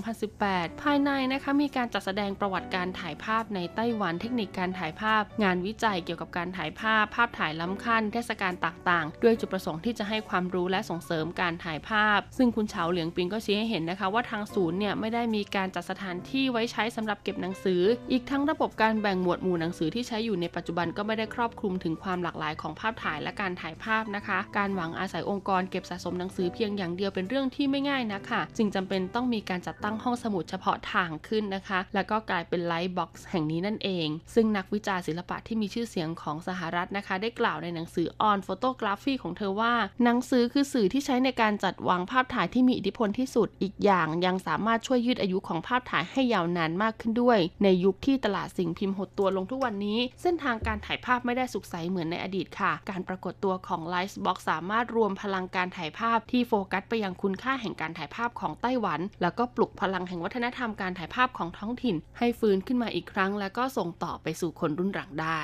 2018ภายในนะคะมีการจัดแสดงประวัติการถ่ายภาพในไต้หวันเทคนิคการถ่ายภาพงานวิจัยเกี่ยวกับการถ่ายภาพภาพถ่ายล้ำค่าเทศกาลต่างๆด้วยจุดประสงค์ที่จะให้ความรู้และส่งเสริมการถ่ายภาพซึ่งคุณเฉาเหลียงปิงก็ชี้ให้เห็นนะคะว่าทางศูนย์เนี่ยไม่ได้มีการจัดสถานที่ไว้ใช้สำหรับเก็บหนังสืออีกทั้งระบบการแบ่งหมวดหมู่หนังสือที่ใช้อยู่ในปัจจุบันก็ไม่ได้ครอบคลุมถึงความหลากหลายของภาพถ่ายและการถ่ายภาพนะคะการหวังอาศัยองค์กรเก็บสะสมหนังสือเพียงอย่างเดียวเป็นเรื่องที่ไม่ง่ายนะค่ะจึงจำเป็นต้องมีการจัดตั้งห้องสมุดเฉพาะทางขึ้นนะคะแล้วก็กลายเป็น Lightbox แห่งนี้นั่นเองซึ่งนักวิจารณ์ศิลปะที่มีชื่อเสียงของสหรัฐนะคะได้กล่าวในหนังสือ On Photography ของเธอว่าหนังสือคือสื่อที่ใช้ในการจัดวางภาพถ่ายที่มีอิทธิพลที่สุดอีกอย่างยังสามารถช่วยยืดอายุของภาพถ่ายให้ยาวนานมากขึ้นด้วยในยุคที่ตลาดสิ่งพิมพ์หดตัวลงทุกวันนี้เส้นทางการถ่ายภาพไม่ได้สุขใสเหมือนในอดีตค่ะการปรากฏตัวของ Lightbox สามารถรวมพลังการถ่ายภาพที่โฟกัสไปยังคุณค่าแห่งการถ่ายภาพของไต้หวันแล้วก็ปลุกพลังแห่งวัฒนธรรมการถ่ายภาพของท้องถิ่นให้ฟื้นขึ้นมาอีกครั้งแล้วก็ส่งต่อไปสู่คนรุ่นหลังได้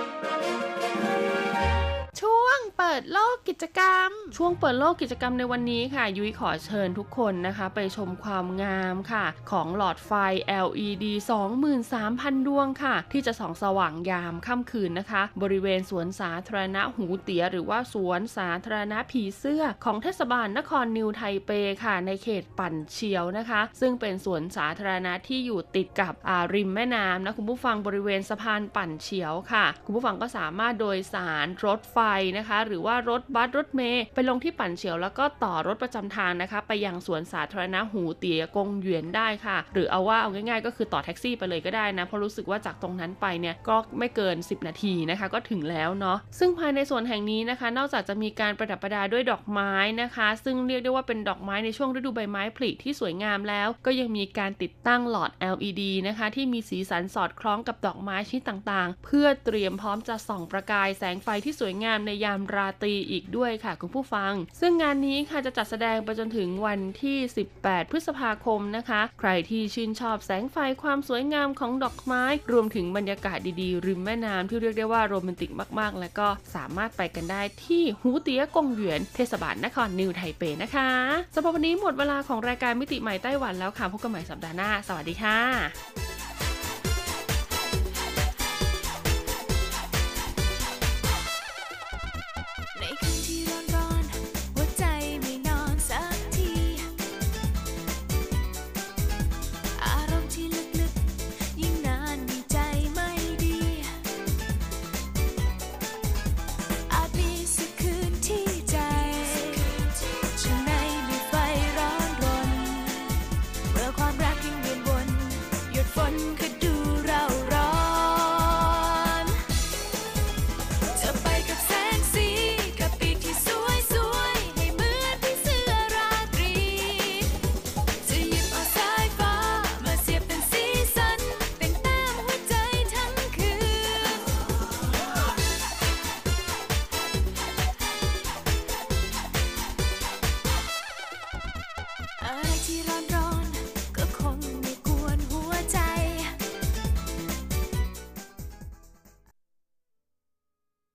ช่วงเปิดโลกกิจกรรมในวันนี้ค่ะยุ้ยขอเชิญทุกคนนะคะไปชมความงามค่ะของหลอดไฟ LED 23,000 ดวงค่ะที่จะส่องสว่างยามค่ำคืนนะคะบริเวณสวนสาธารณะหูเตี๋ยหรือว่าสวนสาธารณะผีเสื้อของเทศบาลนครนิวไทเปค่ะในเขตปั่นเฉียวนะคะซึ่งเป็นสวนสาธารณะที่อยู่ติดกับริมแม่น้ำนะคุณผู้ฟังบริเวณสะพานปั่นเฉียวค่ะคุณผู้ฟังก็สามารถโดยสารรถไฟนะคะหรือว่ารถบัสรถเมล์ไปลงที่ปั่นเฉียวแล้วก็ต่อรถประจำทางนะคะไปยังสวนสาธารณะหูเตี๋ยกงเหวียนได้ค่ะหรือเอาง่ายๆก็คือต่อแท็กซี่ไปเลยก็ได้นะเพราะรู้สึกว่าจากตรงนั้นไปเนี่ยก็ไม่เกิน10นาทีนะคะก็ถึงแล้วเนาะซึ่งภายในสวนแห่งนี้นะคะนอกจากจะมีการประดับประดาด้วยดอกไม้นะคะซึ่งเรียกได้ว่าเป็นดอกไม้ในช่วงฤดูใบไม้ผลิที่สวยงามแล้วก็ยังมีการติดตั้งหลอด LED นะคะที่มีสีสันสอดคล้องกับดอกไม้ชนิดต่างๆเพื่อเตรียมพร้อมจะส่องประกายแสงไฟที่สวยงามในยามราตรีอีกด้วยค่ะคุณผู้ฟังซึ่งงานนี้ค่ะจะจัดแสดงไปจนถึงวันที่18พฤษภาคมนะคะใครที่ชื่นชอบแสงไฟความสวยงามของดอกไม้รวมถึงบรรยากาศดีๆริมแม่น้ำที่เรียกได้ว่าโรแมนติกมากๆแล้วก็สามารถไปกันได้ที่หูเตี๋ยกงเหวียนเทศบาลนครนิวไทเปนะคะสำหรับวันนี้หมดเวลาของรายการมิติใหม่ไต้หวันแล้วค่ะพบกันใหม่สัปดาห์หน้าสวัสดีค่ะ